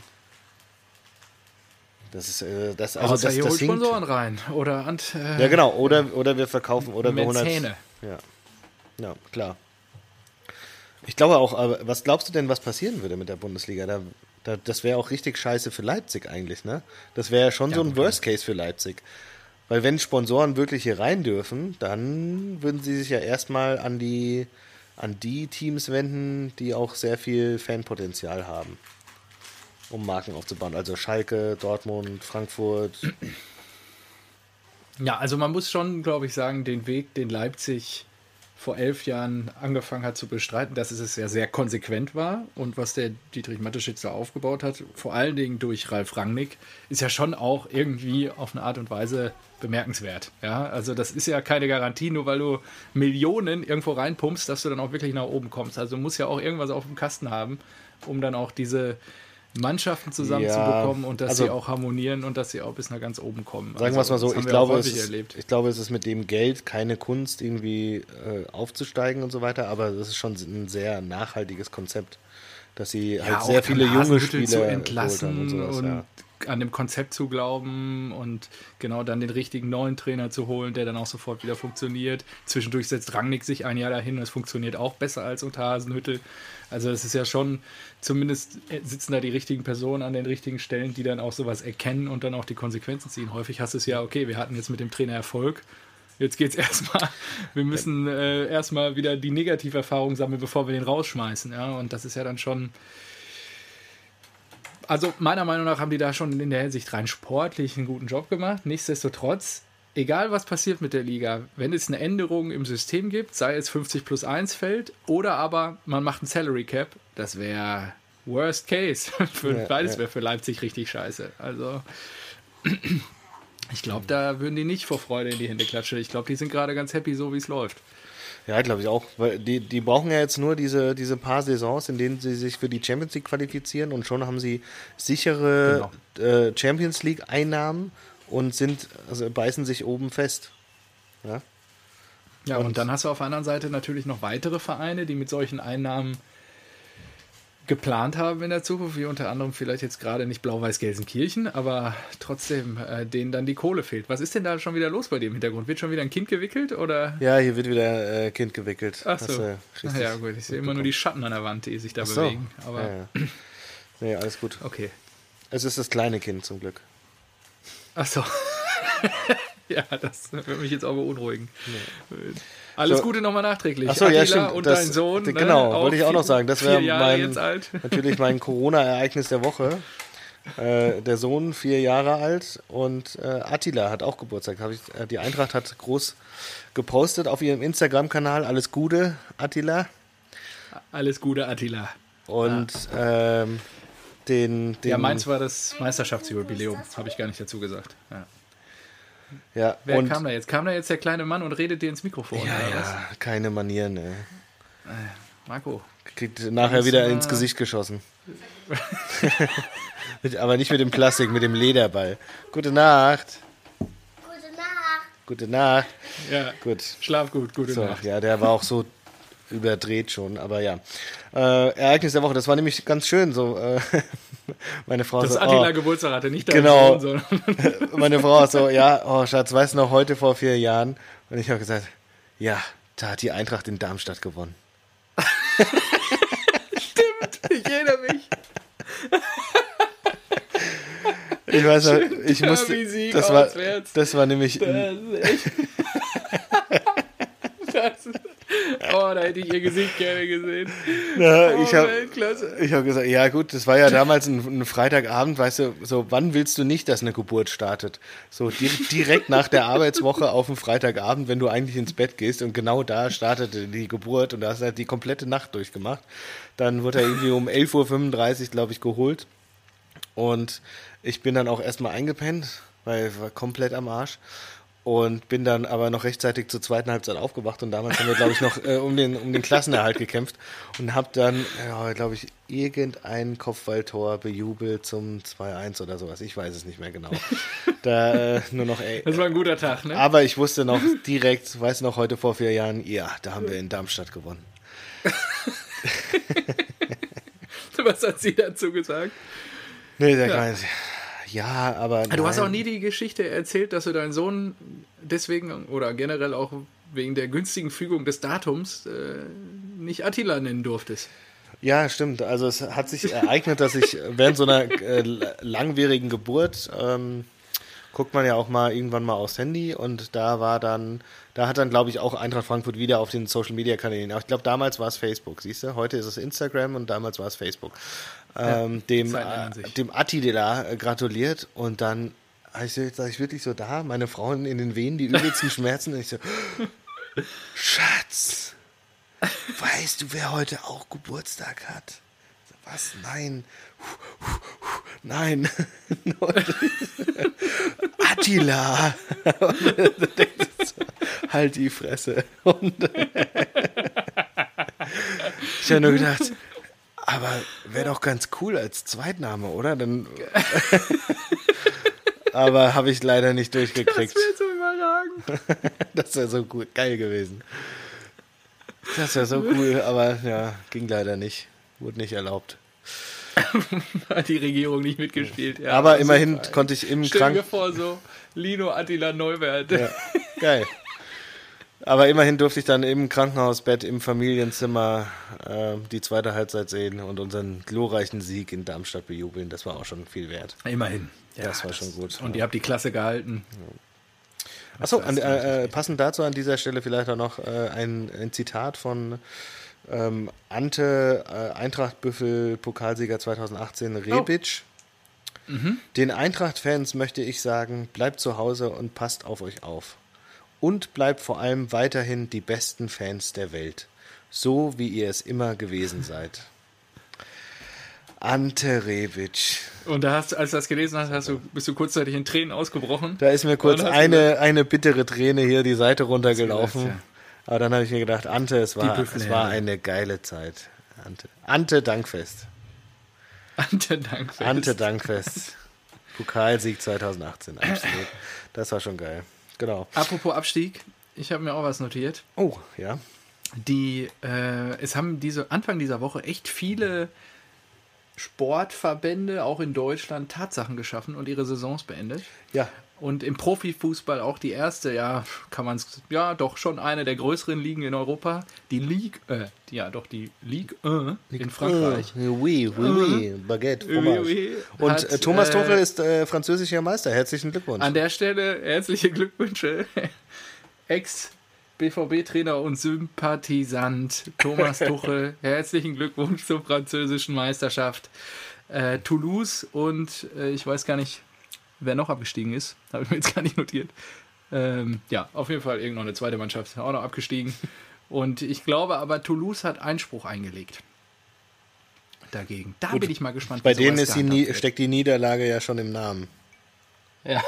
B: Das ist das also
A: außer
B: das,
A: hier
B: das
A: holt
B: hinkt.
A: Sponsoren rein. Oder
B: Ja, genau. Oder wir verkaufen oder wir holen
A: Mäzene.
B: Ja, klar. Ich glaube auch, aber was glaubst du denn, was passieren würde mit der Bundesliga? Das wäre auch richtig scheiße für Leipzig eigentlich, ne? Das wäre ja schon so ein Worst Case für Leipzig. Weil wenn Sponsoren wirklich hier rein dürfen, dann würden sie sich ja erstmal an die Teams wenden, die auch sehr viel Fanpotenzial haben, um Marken aufzubauen. Also Schalke, Dortmund, Frankfurt.
A: Ja, also man muss schon, glaube ich, sagen, den Weg, den Leipzig vor 11 Jahren angefangen hat zu bestreiten, dass es ja sehr konsequent war und was der Dietrich Mateschitz da aufgebaut hat, vor allen Dingen durch Ralf Rangnick, ist ja schon auch irgendwie auf eine Art und Weise bemerkenswert. Ja, also das ist ja keine Garantie, nur weil du Millionen irgendwo reinpumpst, dass du dann auch wirklich nach oben kommst. Also du musst ja auch irgendwas auf dem Kasten haben, um dann auch diese Mannschaften zusammenzubekommen und dass sie auch harmonieren und dass sie auch bis nach ganz oben kommen.
B: Sagen wir es mal so, ich
A: glaube,
B: es ist mit dem Geld keine Kunst, irgendwie aufzusteigen und so weiter, aber das ist schon ein sehr nachhaltiges Konzept, dass sie halt sehr viele junge Spieler
A: zu entlassen
B: und sowas,
A: und an dem Konzept zu glauben und genau dann den richtigen neuen Trainer zu holen, der dann auch sofort wieder funktioniert. Zwischendurch setzt Rangnick sich ein Jahr dahin und es funktioniert auch besser als unter Hasenhüttl. Also es ist ja schon, zumindest sitzen da die richtigen Personen an den richtigen Stellen, die dann auch sowas erkennen und dann auch die Konsequenzen ziehen. Häufig hast du es ja, okay, wir hatten jetzt mit dem Trainer Erfolg, Jetzt geht's erstmal, wir müssen erstmal wieder die Negativerfahrung sammeln, bevor wir den rausschmeißen. Ja? Und das ist ja dann schon... Also meiner Meinung nach haben die da schon in der Hinsicht rein sportlich einen guten Job gemacht. Nichtsdestotrotz, egal was passiert mit der Liga, wenn es eine Änderung im System gibt, sei es 50+1 Feld oder aber man macht ein Salary Cap, das wäre Worst Case. Beides wäre für Leipzig richtig scheiße. Also ich glaube, da würden die nicht vor Freude in die Hände klatschen. Ich glaube, die sind gerade ganz happy, so wie es läuft.
B: Ja, glaube ich auch. Weil die brauchen ja jetzt nur diese paar Saisons, in denen sie sich für die Champions League qualifizieren und schon haben sie sichere Champions League-Einnahmen und beißen sich oben fest. Ja,
A: und dann hast du auf der anderen Seite natürlich noch weitere Vereine, die mit solchen Einnahmen geplant haben in der Zukunft, wie unter anderem vielleicht jetzt gerade nicht Blau-Weiß-Gelsenkirchen, aber trotzdem denen dann die Kohle fehlt. Was ist denn da schon wieder los bei dem Hintergrund? Wird schon wieder ein Kind gewickelt? Oder?
B: Ja, hier wird wieder Kind gewickelt.
A: Ach so. Ja, gut, ich sehe immer nur die Schatten an der Wand, die sich da bewegen. Aber
B: ja. Nee, alles gut.
A: Okay.
B: Es ist das kleine Kind zum Glück.
A: Ach so. Ja, das würde mich jetzt auch beunruhigen. Nee. Alles Gute nochmal nachträglich.
B: Achso, ja, stimmt.
A: Und dein Sohn.
B: Genau, wollte ich auch noch sagen. Das wäre
A: natürlich
B: mein Corona-Ereignis der Woche. Der Sohn 4 Jahre alt und Attila hat auch Geburtstag. Die Eintracht hat groß gepostet auf ihrem Instagram-Kanal. Alles Gute, Attila.
A: Alles Gute, Attila.
B: Und
A: ja, meins war das Meisterschaftsjubiläum. Habe ich gar nicht dazu gesagt. Ja.
B: Ja,
A: Wer kam da jetzt? Kam da jetzt der kleine Mann und redet dir ins Mikrofon?
B: Ja, keine Manieren, ne.
A: Marco.
B: Kriegt nachher wieder ins Gesicht geschossen. Aber nicht mit dem Plastik, mit dem Lederball. Gute Nacht.
C: Gute Nacht.
B: Gute Nacht.
A: Ja,
B: gut.
A: Schlaf gut, gute Nacht.
B: Ja, der war auch so überdreht schon, aber ja. Ereignis der Woche, das war nämlich ganz schön so. Meine Frau
A: das
B: so,
A: Attila Geburtstag hatte, nicht dein
B: genau.
A: Sohn, sondern
B: meine Frau so, ja, Schatz, weißt du noch, heute vor 4 Jahren? Und ich habe gesagt, ja, da hat die Eintracht in Darmstadt gewonnen.
A: Stimmt, ich erinnere mich.
B: Ich weiß noch, ich musste, das war nämlich...
A: Das ist echt... da hätte ich ihr Gesicht gerne gesehen.
B: Ja, ich habe gesagt, ja gut, das war ja damals ein Freitagabend, weißt du, so wann willst du nicht, dass eine Geburt startet? So direkt nach der Arbeitswoche auf dem Freitagabend, wenn du eigentlich ins Bett gehst und genau da startete die Geburt und da hast du halt die komplette Nacht durchgemacht. Dann wurde er irgendwie um 11:35 Uhr, glaube ich, geholt und ich bin dann auch erstmal eingepennt, weil ich war komplett am Arsch. Und bin dann aber noch rechtzeitig zur zweiten Halbzeit aufgewacht und damals haben wir, glaube ich, noch um den Klassenerhalt gekämpft und habe dann, glaube ich, irgendein Kopfballtor bejubelt zum 2:1 oder sowas. Ich weiß es nicht mehr genau. Da nur noch,
A: das war ein guter Tag, ne?
B: Aber ich wusste noch direkt, weiß noch, heute vor 4 Jahren, ja, da haben wir in Darmstadt gewonnen.
A: Was hat sie dazu gesagt?
B: Nee, der Kleine. Ja, aber.
A: Du hast auch nie die Geschichte erzählt, dass du deinen Sohn deswegen oder generell auch wegen der günstigen Fügung des Datums nicht Attila nennen durftest.
B: Ja, stimmt. Also es hat sich ereignet, dass ich während so einer langwierigen Geburt guckt man ja auch mal irgendwann mal aufs Handy und da hat dann, glaube ich, auch Eintracht Frankfurt wieder auf den Social-Media-Kanälen. Ich glaube, damals war es Facebook, siehst du? Heute ist es Instagram und damals war es Facebook. Dem Attila gratuliert und dann sag ich wirklich so da, meine Frau in den Venen, die übelsten Schmerzen und ich so, Schatz, weißt du, wer heute auch Geburtstag hat? Was? Nein. Nein. Attila. Halt die Fresse. Und ich habe nur gedacht, aber wäre doch ganz cool als Zweitname, oder? Dann aber habe ich leider nicht durchgekriegt.
A: Das wäre so überragend.
B: Das wäre so gut, geil gewesen. Das wäre so cool, aber ja, ging leider nicht. Wurde nicht erlaubt.
A: Hat die Regierung nicht mitgespielt. Ja,
B: aber immerhin konnte ich im
A: Stell mir vor, so Lino Attila Neuwert.
B: Ja, geil. Aber immerhin durfte ich dann im Krankenhausbett, im Familienzimmer die zweite Halbzeit sehen und unseren glorreichen Sieg in Darmstadt bejubeln. Das war auch schon viel wert.
A: Immerhin.
B: Ja, das war schon gut.
A: Und ihr habt die Klasse gehalten.
B: Achso, passend dazu an dieser Stelle vielleicht auch noch ein Zitat von Ante, Eintracht Büffel, Pokalsieger 2018, Rebic. Den Eintracht-Fans möchte ich sagen, bleibt zu Hause und passt auf euch auf. Und bleibt vor allem weiterhin die besten Fans der Welt. So, wie ihr es immer gewesen seid. Ante Rebic.
A: Und da als du das gelesen hast, bist du kurzzeitig in Tränen ausgebrochen.
B: Da ist mir kurz eine bittere Träne hier die Seite runtergelaufen.
A: Gesagt, ja.
B: Aber dann habe ich mir gedacht, Ante, es war eine geile Zeit. Ante Dankfest. Ante Dankfest. Pokalsieg 2018, absolut. Das war schon geil. Genau.
A: Apropos Abstieg, ich habe mir auch was notiert.
B: Oh, ja.
A: Es haben Anfang dieser Woche echt viele Sportverbände, auch in Deutschland, Tatsachen geschaffen und ihre Saisons beendet.
B: Ja.
A: Und im Profifußball auch die erste, doch schon eine der größeren Ligen in Europa, die Ligue 1 in Frankreich.
B: Oui, Baguette, Fromage. Und Thomas Tuchel ist französischer Meister. Herzlichen Glückwunsch.
A: An der Stelle herzliche Glückwünsche. Ex-BVB-Trainer und Sympathisant Thomas Tuchel. Herzlichen Glückwunsch zur französischen Meisterschaft. Toulouse und ich weiß gar nicht, wer noch abgestiegen ist, habe ich mir jetzt gar nicht notiert. Auf jeden Fall irgendeine zweite Mannschaft, auch noch abgestiegen. Und ich glaube aber, Toulouse hat Einspruch eingelegt dagegen. Da bin ich mal gespannt.
B: Bei denen steckt die Niederlage ja schon im Namen.
A: Ja.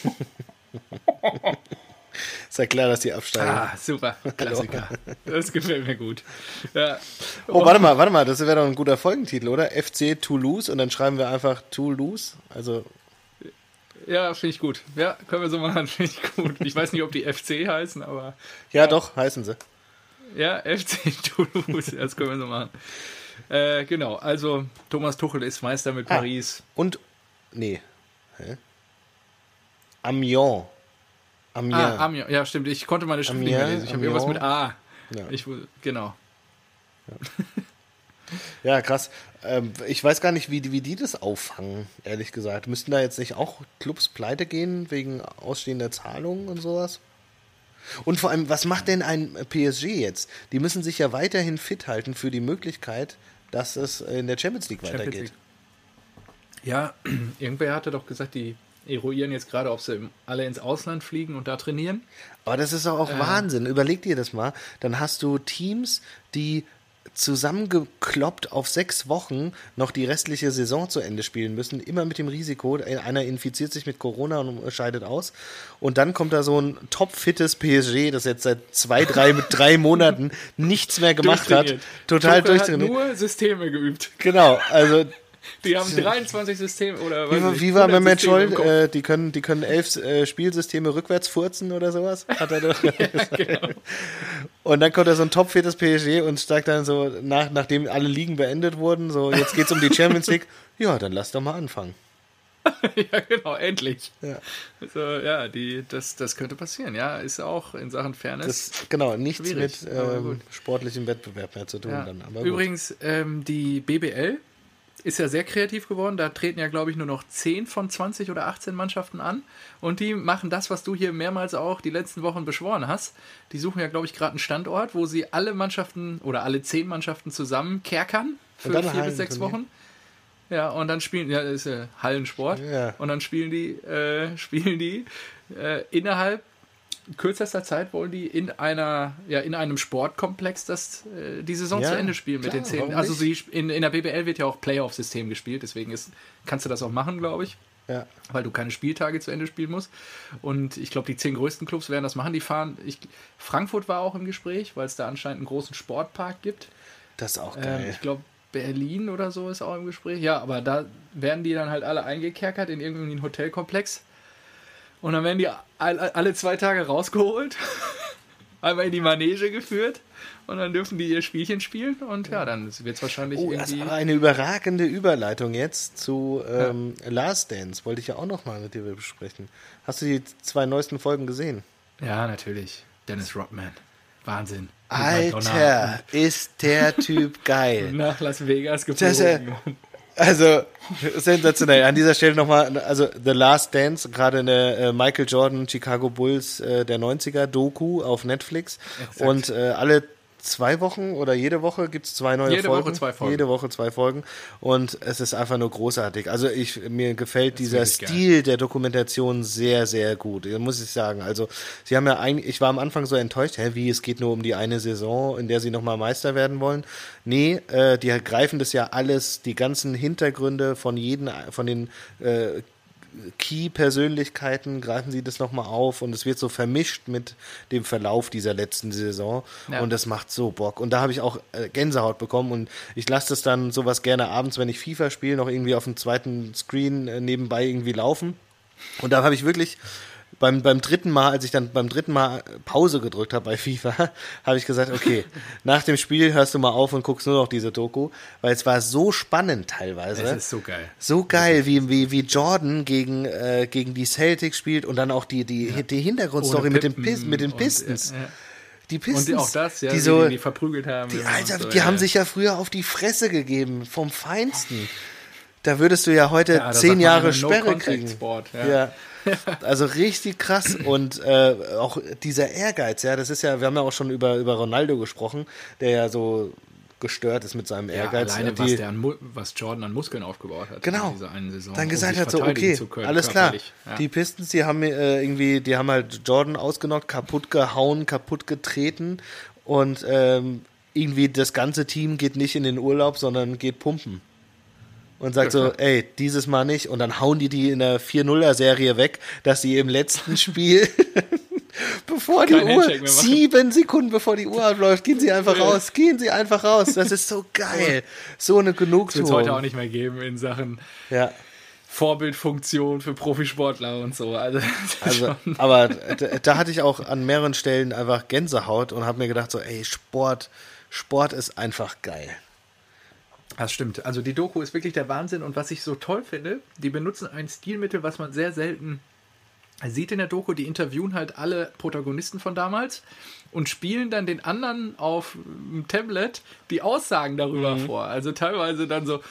B: Ist ja klar, dass die absteigen.
A: Ah, super. Klassiker. Das gefällt mir gut. Ja.
B: Oh, warte mal, das wäre doch ein guter Folgentitel, oder? FC Toulouse und dann schreiben wir einfach Toulouse. Also...
A: Ja, finde ich gut. Ja, können wir so machen, finde ich gut. Ich weiß nicht, ob die FC heißen, aber...
B: Ja, doch, heißen sie.
A: Ja, FC Toulouse, das können wir so machen. Genau, also Thomas Tuchel ist Meister mit Paris.
B: Und, Amiens.
A: Amiens, ja stimmt, ich konnte meine Schrift nicht mehr lesen. Ich habe irgendwas mit A. Ja. Genau.
B: Ja. Ja, krass. Ich weiß gar nicht, wie die das auffangen, ehrlich gesagt. Müssten da jetzt nicht auch Clubs pleite gehen wegen ausstehender Zahlungen und sowas? Und vor allem, was macht denn ein PSG jetzt? Die müssen sich ja weiterhin fit halten für die Möglichkeit, dass es in der Champions League weitergeht.
A: Ja, irgendwer hatte doch gesagt, die eruieren jetzt gerade, ob sie alle ins Ausland fliegen und da trainieren.
B: Aber das ist doch auch Wahnsinn. Überleg dir das mal. Dann hast du Teams, die zusammengekloppt auf 6 Wochen noch die restliche Saison zu Ende spielen müssen, immer mit dem Risiko, einer infiziert sich mit Corona und scheidet aus und dann kommt da so ein topfittes PSG, das jetzt seit 3 Monaten nichts mehr gemacht hat, total durchtrainiert.
A: Hat nur Systeme geübt.
B: Genau, also
A: die haben 23 Systeme oder
B: wie war Mehmet Scholl? Die können 11 Spielsysteme rückwärts furzen oder sowas. Hat er doch. Ja, genau. Und dann kommt da so ein topfittes PSG und steigt dann so, nachdem alle Ligen beendet wurden, so jetzt geht's um die Champions League. Ja, dann lass doch mal anfangen.
A: Ja, genau, endlich.
B: Ja.
A: Also, ja, das könnte passieren, ja. Ist auch in Sachen Fairness.
B: Nichts mit sportlichem Wettbewerb mehr zu tun.
A: Ja.
B: Dann. Aber
A: übrigens, die BBL ist ja sehr kreativ geworden. Da treten ja, glaube ich, nur noch 10 von 20 oder 18 Mannschaften an. Und die machen das, was du hier mehrmals auch die letzten Wochen beschworen hast. Die suchen ja, glaube ich, gerade einen Standort, wo sie alle Mannschaften oder alle 10 Mannschaften zusammen kerkern für 4 bis 6 Wochen. Ja, und dann spielen, das ist ja Hallensport. Ja. Und dann spielen die innerhalb kürzester Zeit wollen die in einem Sportkomplex die Saison zu Ende spielen mit den 10. Also in der BBL wird ja auch Playoff-System gespielt, deswegen kannst du das auch machen, glaube ich.
B: Ja.
A: Weil du keine Spieltage zu Ende spielen musst. Und ich glaube, die 10 größten Clubs werden das machen. Frankfurt war auch im Gespräch, weil es da anscheinend einen großen Sportpark gibt.
B: Das ist auch geil.
A: Ich glaube, Berlin oder so ist auch im Gespräch. Ja, aber da werden die dann halt alle eingekerkert in irgendeinen Hotelkomplex. Und dann werden die alle 2 Tage rausgeholt, einmal in die Manege geführt und dann dürfen die ihr Spielchen spielen und ja, dann wird es wahrscheinlich irgendwie...
B: Das war eine überragende Überleitung jetzt zu Last Dance, wollte ich ja auch nochmal mit dir besprechen. Hast du die 2 neuesten Folgen gesehen?
A: Ja, natürlich. Dennis Rodman. Wahnsinn.
B: Alter, ist der Typ geil.
A: Nach Las Vegas geflogen.
B: Also, sensationell. An dieser Stelle nochmal, also The Last Dance, gerade eine Michael Jordan, Chicago Bulls der 90er Doku auf Netflix.
A: Exakt.
B: Und alle 2 Wochen oder jede Woche gibt es 2 neue
A: Jede
B: Folgen.
A: Woche 2 Folgen.
B: Jede Woche 2 Folgen. Und es ist einfach nur großartig. Also mir gefällt dieser
A: wirklich geil.
B: Stil der Dokumentation sehr, sehr gut. Muss ich sagen. Also sie haben ja eigentlich, ich war am Anfang so enttäuscht, es geht nur um die eine Saison, in der sie nochmal Meister werden wollen. Nee, die greifen das ja alles, die ganzen Hintergründe von den Key-Persönlichkeiten greifen sie das nochmal auf und es wird so vermischt mit dem Verlauf dieser letzten Saison und das macht so Bock. Und da habe ich auch Gänsehaut bekommen und ich lasse das dann sowas gerne abends, wenn ich FIFA spiele, noch irgendwie auf dem zweiten Screen nebenbei irgendwie laufen. Und da habe ich wirklich beim dritten Mal, als ich dann beim dritten Mal Pause gedrückt habe bei FIFA, habe ich gesagt, okay, nach dem Spiel hörst du mal auf und guckst nur noch diese Doku, weil es war so spannend teilweise.
A: Es ist so geil.
B: So geil, wie Jordan gegen die Celtics spielt und dann auch die Hintergrundstory mit den Pistons. Die Pistons,
A: und auch das, ja, die verprügelt haben.
B: Die haben sich ja früher auf die Fresse gegeben, vom Feinsten. Da würdest du ja heute 10 Jahre Sperre kriegen. Ja. Also richtig krass und auch dieser Ehrgeiz, ja, das ist ja, wir haben ja auch schon über Ronaldo gesprochen, der ja so gestört ist mit seinem Ehrgeiz.
A: Alleine, was Jordan an Muskeln aufgebaut hat
B: genau.
A: in dieser einen Saison.
B: Dann gesagt hat so, okay, alles klar, die Pistons, die haben die haben halt Jordan ausgenockt, kaputt gehauen, kaputt getreten und irgendwie das ganze Team geht nicht in den Urlaub, sondern geht pumpen. Und sagt so, ey, dieses Mal nicht. Und dann hauen die in der 4-0er-Serie weg, dass sie im letzten Spiel, bevor die Uhr, 7 Sekunden bevor die Uhr abläuft, gehen sie einfach raus. Gehen sie einfach raus. Das ist so geil. So eine Genugtuung.
A: Das wird es heute auch nicht mehr geben in Sachen Vorbildfunktion für Profisportler und so. Also
B: aber da hatte ich auch an mehreren Stellen einfach Gänsehaut und habe mir gedacht so, ey, Sport ist einfach geil.
A: Das stimmt. Also die Doku ist wirklich der Wahnsinn und was ich so toll finde, die benutzen ein Stilmittel, was man sehr selten sieht in der Doku. Die interviewen halt alle Protagonisten von damals und spielen dann den anderen auf dem Tablet die Aussagen darüber vor. Also teilweise dann so,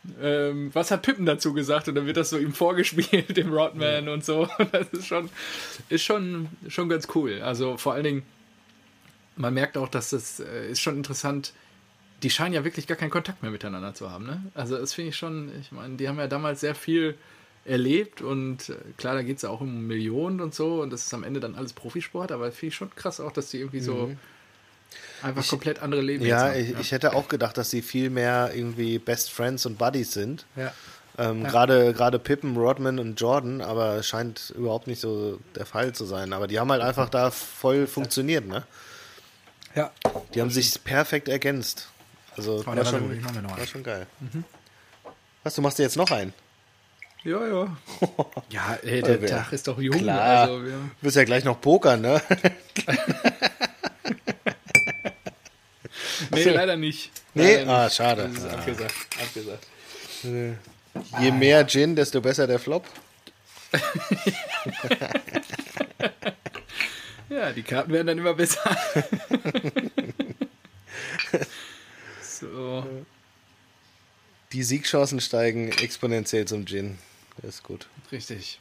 A: was hat Pippen dazu gesagt? Und dann wird das so ihm vorgespielt, dem Rodman und so. Und das ist schon ganz cool. Also vor allen Dingen, man merkt auch, dass das ist schon interessant. Die scheinen ja wirklich gar keinen Kontakt mehr miteinander zu haben, ne? Also das finde ich schon, ich meine, die haben ja damals sehr viel erlebt und klar, da geht es ja auch um Millionen und so und das ist am Ende dann alles Profisport, aber finde ich schon krass auch, dass die irgendwie so einfach komplett andere Leben haben.
B: Ich hätte auch gedacht, dass sie viel mehr irgendwie Best Friends und Buddies sind.
A: Ja.
B: Gerade Pippen, Rodman und Jordan, aber es scheint überhaupt nicht so der Fall zu sein. Aber die haben halt einfach da voll funktioniert, ne?
A: Ja.
B: Die haben sich perfekt ergänzt. Also war schon geil. Was, du machst dir jetzt noch einen?
A: Ja. Ja, ey, der Tag ist doch jung.
B: Klar. Also, du wirst ja gleich noch pokern, ne?
A: Nee, leider nicht.
B: Nee? Schade.
A: Das ist abgesagt.
B: Je mehr Gin, desto besser der Flop.
A: Ja, die Karten werden dann immer besser. So.
B: Die Siegchancen steigen exponentiell zum Gin. Das ist gut.
A: Richtig.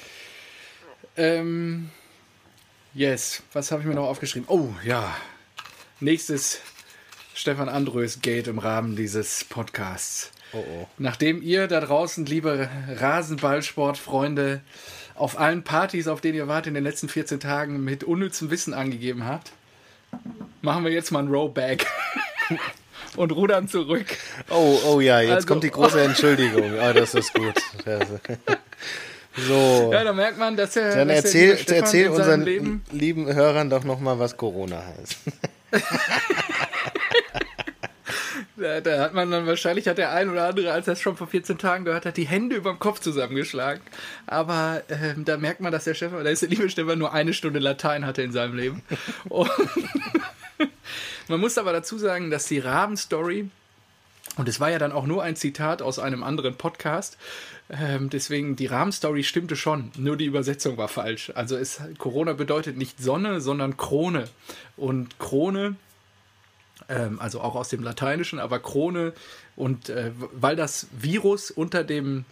A: Yes. Was habe ich mir noch aufgeschrieben? Oh, ja. Nächstes Stefan Andrös Gate im Rahmen dieses Podcasts.
B: Oh.
A: Nachdem ihr da draußen, liebe Rasenballsportfreunde, auf allen Partys, auf denen ihr wart in den letzten 14 Tagen mit unnützem Wissen angegeben habt, machen wir jetzt mal ein Rowback. Und rudern zurück.
B: Oh ja, jetzt kommt die große Entschuldigung. Das ist gut. So.
A: Ja, da merkt man, dass er.
B: Dann erzähl unseren lieben Hörern doch nochmal, was Corona heißt.
A: Da hat man dann wahrscheinlich, hat der ein oder andere, als er es schon vor 14 Tagen gehört hat, die Hände über dem Kopf zusammengeschlagen. Aber da merkt man, dass der liebe Stefan nur 1 Stunde Latein hatte in seinem Leben. Und man muss aber dazu sagen, dass die Raben-Story, und es war ja dann auch nur ein Zitat aus einem anderen Podcast, deswegen die Raben-Story stimmte schon, nur die Übersetzung war falsch. Also Corona bedeutet nicht Sonne, sondern Krone. Und Krone Also auch aus dem Lateinischen, aber Krone. Und weil das Virus unter dem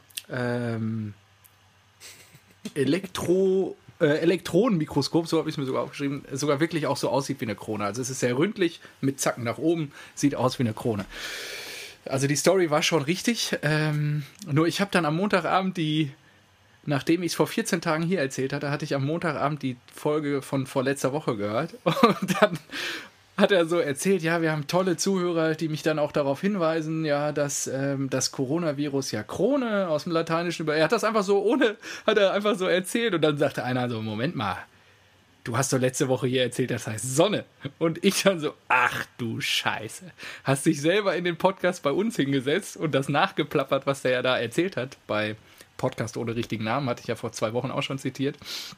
A: Elektronenmikroskop, so habe ich es mir sogar aufgeschrieben, sogar wirklich auch so aussieht wie eine Krone. Also es ist sehr ründlich, mit Zacken nach oben, sieht aus wie eine Krone. Also die Story war schon richtig. Nur ich habe dann am Montagabend nachdem ich es vor 14 Tagen hier erzählt hatte, hatte ich am Montagabend die Folge von vorletzter Woche gehört. Und dann hat er so erzählt, ja, wir haben tolle Zuhörer, die mich dann auch darauf hinweisen, ja, dass das Coronavirus ja Krone aus dem Lateinischen er hat das einfach so hat er einfach so erzählt und dann sagte einer so, Moment mal, du hast doch letzte Woche hier erzählt, das heißt Sonne. Und ich dann so, ach du Scheiße, hast dich selber in den Podcast bei uns hingesetzt und das nachgeplappert, was der ja da erzählt hat, bei Podcast ohne richtigen Namen, hatte ich ja vor 2 Wochen auch schon zitiert.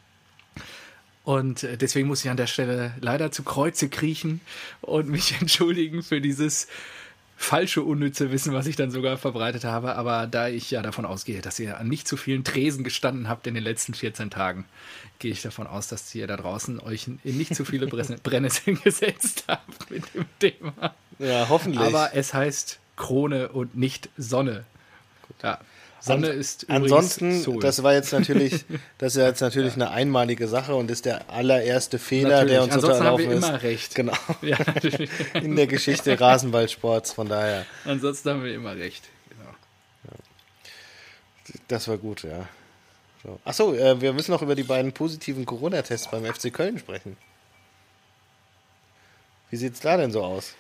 A: Und deswegen muss ich an der Stelle leider zu Kreuze kriechen und mich entschuldigen für dieses falsche, unnütze Wissen, was ich dann sogar verbreitet habe. Aber da ich ja davon ausgehe, dass ihr an nicht zu vielen Tresen gestanden habt in den letzten 14 Tagen, gehe ich davon aus, dass ihr da draußen euch in nicht zu viele Brennnesseln gesetzt habt mit dem Thema.
B: Ja, hoffentlich.
A: Aber es heißt Krone und nicht Sonne. Ja. Sonne ist
B: ansonsten,
A: Sol.
B: das ist jetzt natürlich eine einmalige Sache und ist der allererste Fehler, der uns unterlaufen ist.
A: Ansonsten haben wir immer recht.
B: Genau.
A: Ja.
B: In der Geschichte Rasenballsports, von daher.
A: Ansonsten haben wir immer recht. Genau.
B: Das war gut, ja. So. Achso, wir müssen noch über die beiden positiven Corona-Tests beim FC Köln sprechen. Wie sieht es da denn so aus?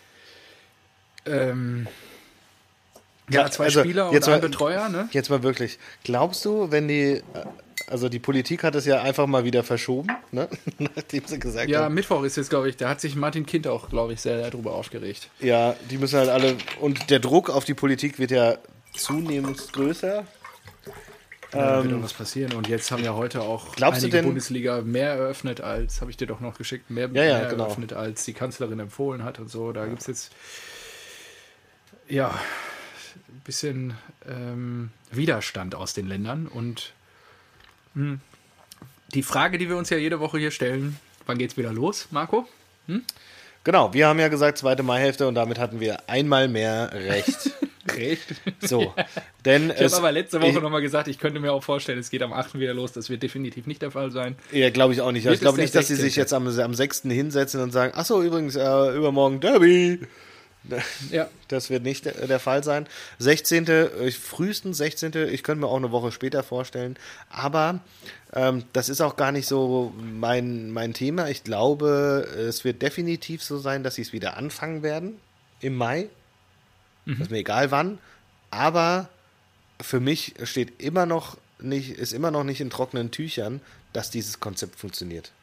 A: Ja, 2 Spieler und ein Betreuer, ne?
B: Jetzt mal wirklich. Glaubst du, wenn die Politik hat es ja einfach mal wieder verschoben, ne? Nachdem sie gesagt haben.
A: Ja, Mittwoch ist jetzt, glaube ich, da hat sich Martin Kind auch, glaube ich, sehr darüber aufgeregt.
B: Ja, die müssen halt alle, und der Druck auf die Politik wird ja zunehmend größer.
A: Da wird auch was passieren. Und jetzt haben ja heute auch einige Bundesliga mehr eröffnet als, habe ich dir doch noch geschickt, mehr eröffnet, als die Kanzlerin empfohlen hat und so. Da gibt es jetzt, ja, ein bisschen Widerstand aus den Ländern. Und die Frage, die wir uns ja jede Woche hier stellen, wann geht's wieder los, Marco?
B: Genau, wir haben ja gesagt, 2. Maihälfte und damit hatten wir einmal mehr recht.
A: Recht.
B: So, denn
A: ich habe aber letzte Woche nochmal gesagt, ich könnte mir auch vorstellen, es geht am 8. wieder los. Das wird definitiv nicht der Fall sein.
B: Ja, glaube ich auch nicht. Ich glaube nicht, dass sie sich jetzt am 6. hinsetzen und sagen, achso, übrigens, übermorgen Derby. Ja. Das wird nicht der Fall sein. 16., frühestens 16., ich könnte mir auch eine Woche später vorstellen. Aber das ist auch gar nicht so mein Thema. Ich glaube, es wird definitiv so sein, dass sie es wieder anfangen werden im Mai. Das ist mir egal wann. Aber für mich ist immer noch nicht in trockenen Tüchern, dass dieses Konzept funktioniert.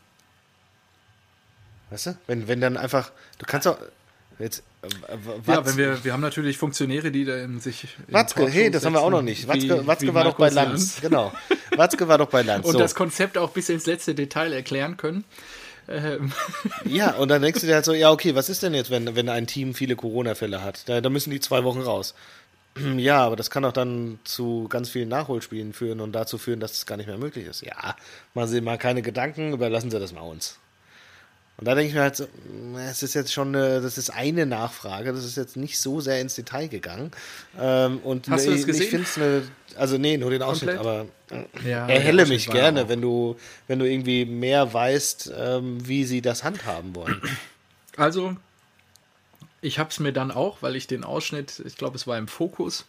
B: Weißt du? Wenn dann einfach, du kannst auch jetzt,
A: ja, wir haben natürlich Funktionäre, die dann sich
B: Watzke, hey, das haben wir auch noch nicht. Watzke war doch bei Lanz. Genau. Watzke war doch bei Lanz.
A: Und das Konzept auch bis ins letzte Detail erklären können.
B: Ja, und dann denkst du dir halt so, ja, okay, was ist denn jetzt, wenn ein Team viele Corona-Fälle hat? Da müssen die 2 Wochen raus. Ja, aber das kann auch dann zu ganz vielen Nachholspielen führen und dazu führen, dass es gar nicht mehr möglich ist. Ja, machen Sie mal keine Gedanken, überlassen Sie das mal uns. Und da denke ich mir halt so, es ist jetzt schon das ist eine Nachfrage, das ist jetzt nicht so sehr ins Detail gegangen. Und
A: hast du das gesehen?
B: Ich finde es nur den Ausschnitt, aber
A: ja,
B: erhelle mich gerne, wenn du irgendwie mehr weißt, wie sie das handhaben wollen.
A: Also, ich habe es mir dann auch, weil ich den Ausschnitt, ich glaube, es war im Fokus,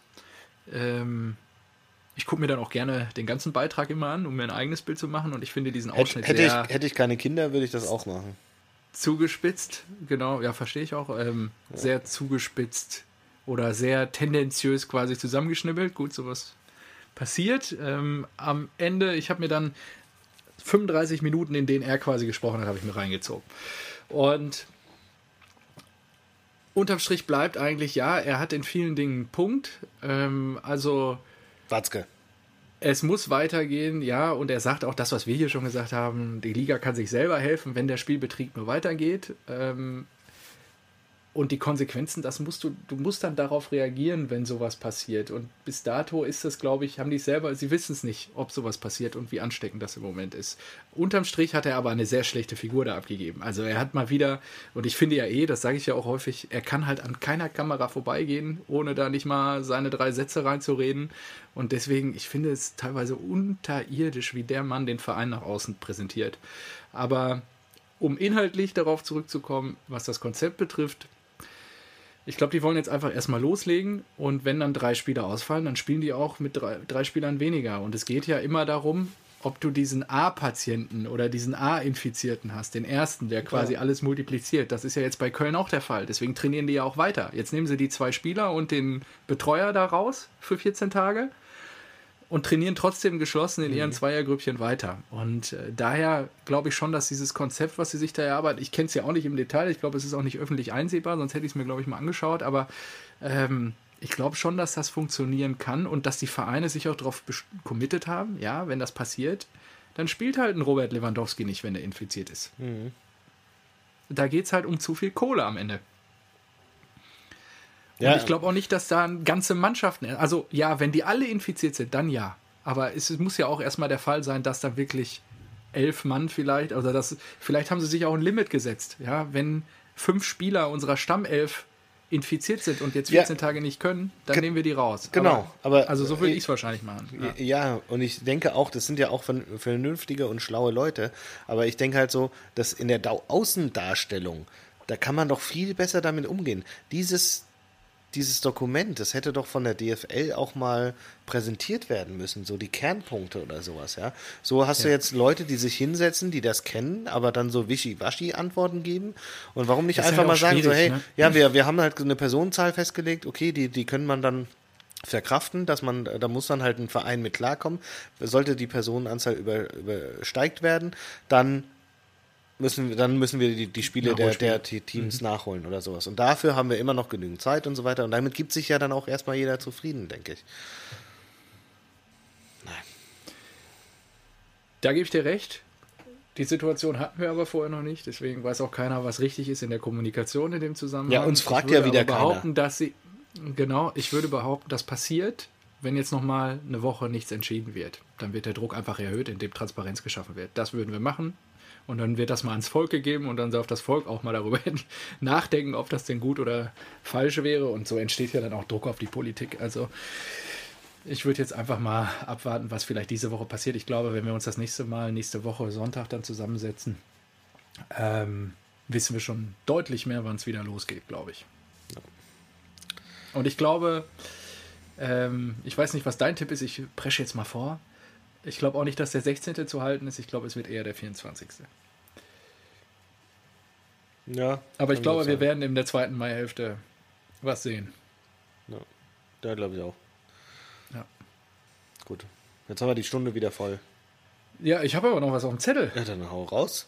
A: ich gucke mir dann auch gerne den ganzen Beitrag immer an, um mir ein eigenes Bild zu machen und ich finde diesen Ausschnitt
B: hätte ich keine Kinder, würde ich das auch machen.
A: Zugespitzt, genau, ja, verstehe ich auch, sehr zugespitzt oder sehr tendenziös quasi zusammengeschnibbelt. Gut, sowas passiert. Am Ende, ich habe mir dann 35 Minuten, in denen er quasi gesprochen hat, habe ich mir reingezogen. Und unterm Strich bleibt eigentlich, ja, er hat in vielen Dingen einen Punkt. Also
B: Watzke.
A: Es muss weitergehen, ja, und er sagt auch das, was wir hier schon gesagt haben, die Liga kann sich selber helfen, wenn der Spielbetrieb nur weitergeht. Und die Konsequenzen, du musst dann darauf reagieren, wenn sowas passiert. Und bis dato ist das, glaube ich, haben die selber, sie wissen es nicht, ob sowas passiert und wie ansteckend das im Moment ist. Unterm Strich hat er aber eine sehr schlechte Figur da abgegeben. Also er hat mal wieder, und ich finde ja das sage ich ja auch häufig, er kann halt an keiner Kamera vorbeigehen, ohne da nicht mal seine 3 Sätze reinzureden. Und deswegen, ich finde es teilweise unterirdisch, wie der Mann den Verein nach außen präsentiert. Aber um inhaltlich darauf zurückzukommen, was das Konzept betrifft, ich glaube, die wollen jetzt einfach erstmal loslegen und wenn dann 3 Spieler ausfallen, dann spielen die auch mit 3 Spielern weniger. Und es geht ja immer darum, ob du diesen A-Patienten oder diesen A-Infizierten hast, den ersten, der quasi alles multipliziert. Das ist ja jetzt bei Köln auch der Fall. Deswegen trainieren die ja auch weiter. Jetzt nehmen sie die 2 Spieler und den Betreuer da raus für 14 Tage und trainieren trotzdem geschlossen in ihren Zweiergrüppchen weiter. Und daher glaube ich schon, dass dieses Konzept, was sie sich da erarbeiten, ich kenne es ja auch nicht im Detail, ich glaube, es ist auch nicht öffentlich einsehbar, sonst hätte ich es mir, glaube ich, mal angeschaut, aber ich glaube schon, dass das funktionieren kann und dass die Vereine sich auch darauf committed haben, ja, wenn das passiert, dann spielt halt ein Robert Lewandowski nicht, wenn er infiziert ist. Da geht es halt um zu viel Kohle am Ende. Und ich glaube auch nicht, dass da ganze Mannschaften, also ja, wenn die alle infiziert sind, dann ja. Aber es muss ja auch erstmal der Fall sein, dass dann wirklich 11 Mann vielleicht, also vielleicht haben sie sich auch ein Limit gesetzt. Ja, wenn 5 Spieler unserer Stammelf infiziert sind und jetzt 14 Tage nicht können, dann nehmen wir die raus.
B: Genau.
A: Aber also so würde ich es wahrscheinlich machen.
B: Ja, und ich denke auch, das sind ja auch vernünftige und schlaue Leute, aber ich denke halt so, dass in der Außendarstellung, da kann man doch viel besser damit umgehen. Dieses Dokument, das hätte doch von der DFL auch mal präsentiert werden müssen, so die Kernpunkte oder sowas, ja. So hast du jetzt Leute, die sich hinsetzen, die das kennen, aber dann so wischiwaschi Antworten geben. Und warum nicht einfach mal sagen, so, hey, ne? Ja, wir haben halt eine Personenzahl festgelegt, okay, die können man dann verkraften, da muss dann halt ein Verein mit klarkommen. Sollte die Personenanzahl übersteigt werden, dann müssen wir die Spiele der Teams nachholen oder sowas. Und dafür haben wir immer noch genügend Zeit und so weiter. Und damit gibt sich ja dann auch erstmal jeder zufrieden, denke ich.
A: Nein. Da gebe ich dir recht. Die Situation hatten wir aber vorher noch nicht. Deswegen weiß auch keiner, was richtig ist in der Kommunikation in dem Zusammenhang.
B: Ja, uns fragt ja wieder keiner.
A: Ich würde behaupten, das passiert, wenn jetzt nochmal eine Woche nichts entschieden wird. Dann wird der Druck einfach erhöht, indem Transparenz geschaffen wird. Das würden wir machen. Und dann wird das mal ans Volk gegeben und dann darf das Volk auch mal darüber nachdenken, ob das denn gut oder falsch wäre. Und so entsteht ja dann auch Druck auf die Politik. Also ich würde jetzt einfach mal abwarten, was vielleicht diese Woche passiert. Ich glaube, wenn wir uns das nächste Woche Sonntag dann zusammensetzen, wissen wir schon deutlich mehr, wann es wieder losgeht, glaube ich. Und ich glaube, ich weiß nicht, was dein Tipp ist, ich presche jetzt mal vor. Ich glaube auch nicht, dass der 16. zu halten ist. Ich glaube, es wird eher der 24.
B: Ja.
A: Aber ich glaube, wir werden in der 2. Maihälfte was sehen.
B: Ja, da glaube ich auch.
A: Ja.
B: Gut. Jetzt haben wir die Stunde wieder voll.
A: Ja, ich habe aber noch was auf dem Zettel.
B: Ja, dann hau raus.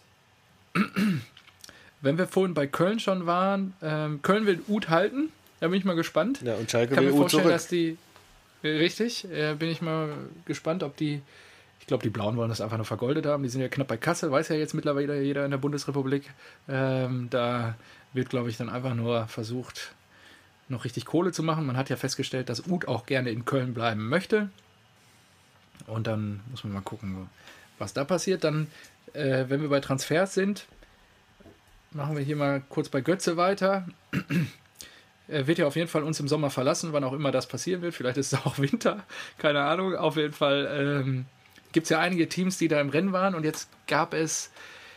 A: Wenn wir vorhin bei Köln schon waren, Köln will Uth halten. Da bin ich mal gespannt.
B: Ja, und Schalke
A: will
B: Uth zurück.
A: Dass die richtig, bin ich mal gespannt, ob ich glaube, die Blauen wollen das einfach nur vergoldet haben. Die sind ja knapp bei Kassel, weiß ja jetzt mittlerweile jeder in der Bundesrepublik. Da wird, glaube ich, dann einfach nur versucht, noch richtig Kohle zu machen. Man hat ja festgestellt, dass Uth auch gerne in Köln bleiben möchte. Und dann muss man mal gucken, was da passiert. Dann, wenn wir bei Transfers sind, machen wir hier mal kurz bei Götze weiter. Er wird ja auf jeden Fall uns im Sommer verlassen, wann auch immer das passieren wird. Vielleicht ist es auch Winter, keine Ahnung. Auf jeden Fall gibt es ja einige Teams, die da im Rennen waren. Und jetzt gibt es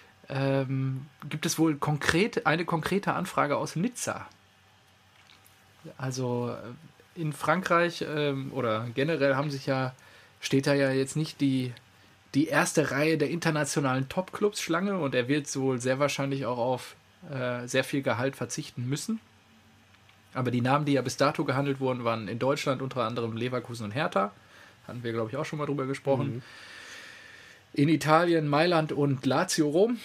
A: wohl eine konkrete Anfrage aus Nizza. Also in Frankreich oder generell steht da ja jetzt nicht die erste Reihe der internationalen Top-Clubs Schlange. Und er wird wohl sehr wahrscheinlich auch auf sehr viel Gehalt verzichten müssen. Aber die Namen, die ja bis dato gehandelt wurden, waren in Deutschland unter anderem Leverkusen und Hertha. Hatten wir, glaube ich, auch schon mal drüber gesprochen. Mhm. In Italien Mailand und Lazio Rom.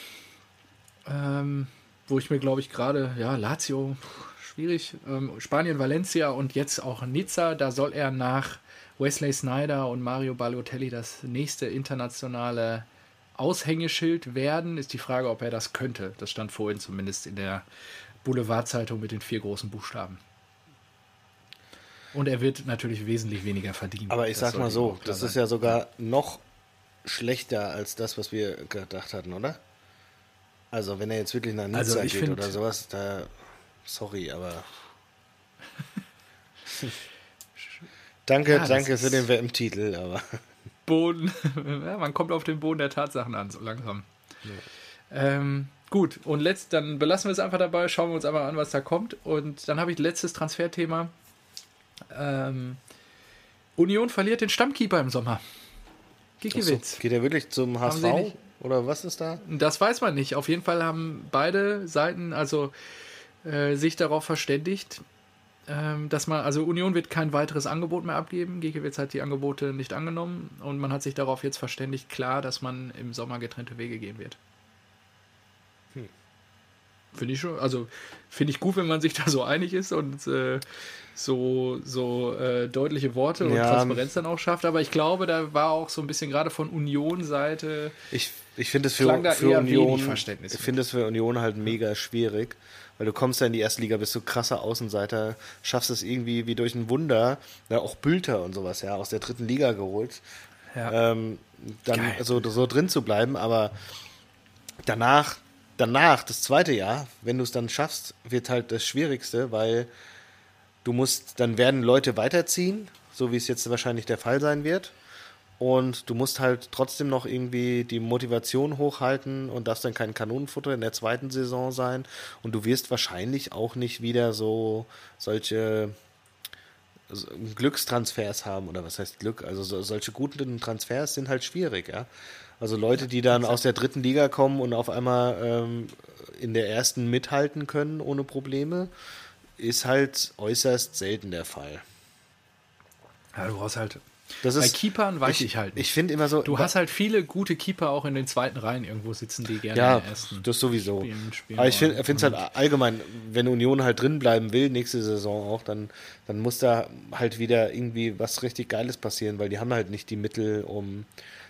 A: Wo ich mir, glaube ich, gerade, Lazio, schwierig. Spanien Valencia und jetzt auch Nizza. Da soll er nach Wesley Sneijder und Mario Balotelli das nächste internationale Aushängeschild werden. Ist die Frage, ob er das könnte. Das stand vorhin zumindest in der Boulevardzeitung mit den 4 großen Buchstaben. Und er wird natürlich wesentlich weniger verdienen.
B: Aber ich sag mal so, das ist ja
A: sein.
B: sogar noch schlechter als das, was wir gedacht hatten, oder? Also wenn er jetzt wirklich nach Nizza
A: Also ich
B: geht
A: find-
B: oder sowas, da, sorry, aber danke,
A: Ja, das
B: danke für
A: ist-
B: den WM-Titel, aber
A: Boden, ja, man kommt auf den Boden der Tatsachen an, so langsam. Gut, und dann belassen wir es einfach dabei, schauen wir uns einfach an, was da kommt. Und dann habe ich letztes Transferthema. Union verliert den Stammkeeper im Sommer. Gikiewicz.
B: geht er wirklich zum
A: Haben sie
B: HSV?
A: nicht-
B: Oder was ist da?
A: Das weiß man nicht. Auf jeden Fall haben beide Seiten sich darauf verständigt, dass also Union wird kein weiteres Angebot mehr abgeben. Gikiewicz hat die Angebote nicht angenommen und man hat sich darauf jetzt verständigt, klar, dass man im Sommer getrennte Wege gehen wird. Finde ich schon, also finde ich gut, wenn man sich da so einig ist und so deutliche Worte und
B: Ja.
A: Transparenz dann auch schafft. Aber ich glaube, da war auch so ein bisschen gerade von Union-Seite.
B: Ich finde es
A: Klang da
B: für
A: eher
B: Union,
A: wenig Verständnis
B: ich finde es für Union halt mega schwierig, weil du kommst ja in die erste Liga, bist so krasser Außenseiter, schaffst es irgendwie wie durch ein Wunder, ja, auch Bülter und sowas, ja, aus der 3. Liga geholt,
A: Ja.
B: dann
A: Geil.
B: so drin zu bleiben, aber danach, das zweite Jahr, wenn du es dann schaffst, wird halt das Schwierigste, weil dann werden Leute weiterziehen, so wie es jetzt wahrscheinlich der Fall sein wird. Und du musst halt trotzdem noch irgendwie die Motivation hochhalten und darfst dann kein Kanonenfutter in der zweiten Saison sein. Und du wirst wahrscheinlich auch nicht wieder solche Glückstransfers haben. Oder was heißt Glück? Also solche guten Transfers sind halt schwierig, ja. Also Leute, die dann aus der 3. Liga kommen und auf einmal in der ersten mithalten können ohne Probleme, ist halt äußerst selten der Fall.
A: Ja, du brauchst halt.
B: Das
A: Bei
B: ist,
A: Keepern weiß ich halt nicht.
B: Ich finde immer so.
A: Du hast halt viele gute Keeper auch in den zweiten Reihen irgendwo sitzen, die gerne
B: Ja,
A: in der ersten
B: das sowieso.
A: spielen
B: Aber ich finde
A: wollen.
B: es halt allgemein, wenn Union halt drin bleiben will, nächste Saison auch, dann muss da halt wieder irgendwie was richtig Geiles passieren, weil die haben halt nicht die Mittel, um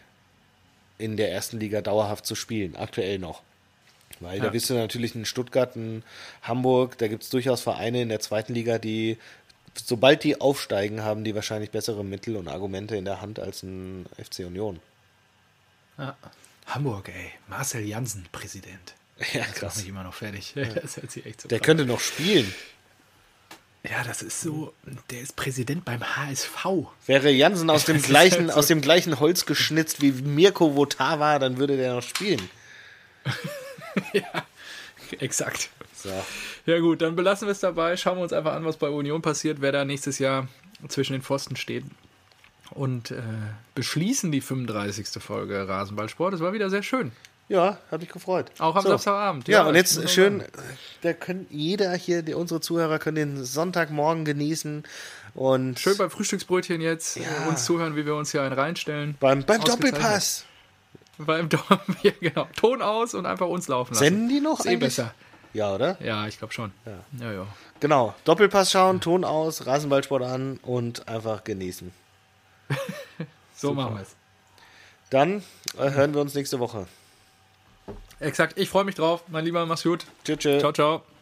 B: in der ersten Liga dauerhaft zu spielen, aktuell noch. Weil da bist du natürlich in Stuttgart, in Hamburg, da gibt es durchaus Vereine in der zweiten Liga, die, sobald die aufsteigen, haben die wahrscheinlich bessere Mittel und Argumente in der Hand als ein FC Union.
A: Ja. Hamburg, ey. Marcel Jansen, Präsident.
B: Ja,
A: Das macht
B: krass.
A: mich immer noch fertig. Das hört sich echt so
B: Der
A: krass
B: könnte noch spielen.
A: Ja, das ist so, der ist Präsident beim HSV.
B: Wäre Jansen aus dem
A: Das ist halt so-
B: aus dem gleichen Holz geschnitzt wie Mirko Votava, dann würde der noch spielen.
A: Ja, exakt.
B: So.
A: Ja gut, dann belassen wir es dabei. Schauen wir uns einfach an, was bei Union passiert, wer da nächstes Jahr zwischen den Pfosten steht. Und beschließen die 35. Folge Rasenballsport. Es war wieder sehr schön.
B: Ja, hat mich gefreut.
A: Auch am
B: So.
A: Samstagabend.
B: Ja, und
A: ich muss
B: jetzt
A: auch
B: schön,
A: sagen.
B: da können jeder hier, unsere Zuhörer können den Sonntagmorgen genießen und
A: Schön beim Frühstücksbrötchen jetzt
B: Ja.
A: uns zuhören, wie wir uns hier einen reinstellen.
B: beim
A: Ausgezeichnet.
B: Doppelpass.
A: Ja, genau. Ton aus und einfach uns laufen lassen.
B: Senden die noch
A: Ist eh
B: eigentlich?
A: besser.
B: Ja, oder?
A: Ja, ich glaube schon. Ja.
B: Genau. Doppelpass schauen, Ton aus, Rasenballsport an und einfach genießen.
A: So
B: Super.
A: machen wir es.
B: Dann hören wir uns nächste Woche.
A: Exakt. Ich freue mich drauf. Mein Lieber, mach's gut.
B: Tschüss.
A: Ciao, ciao.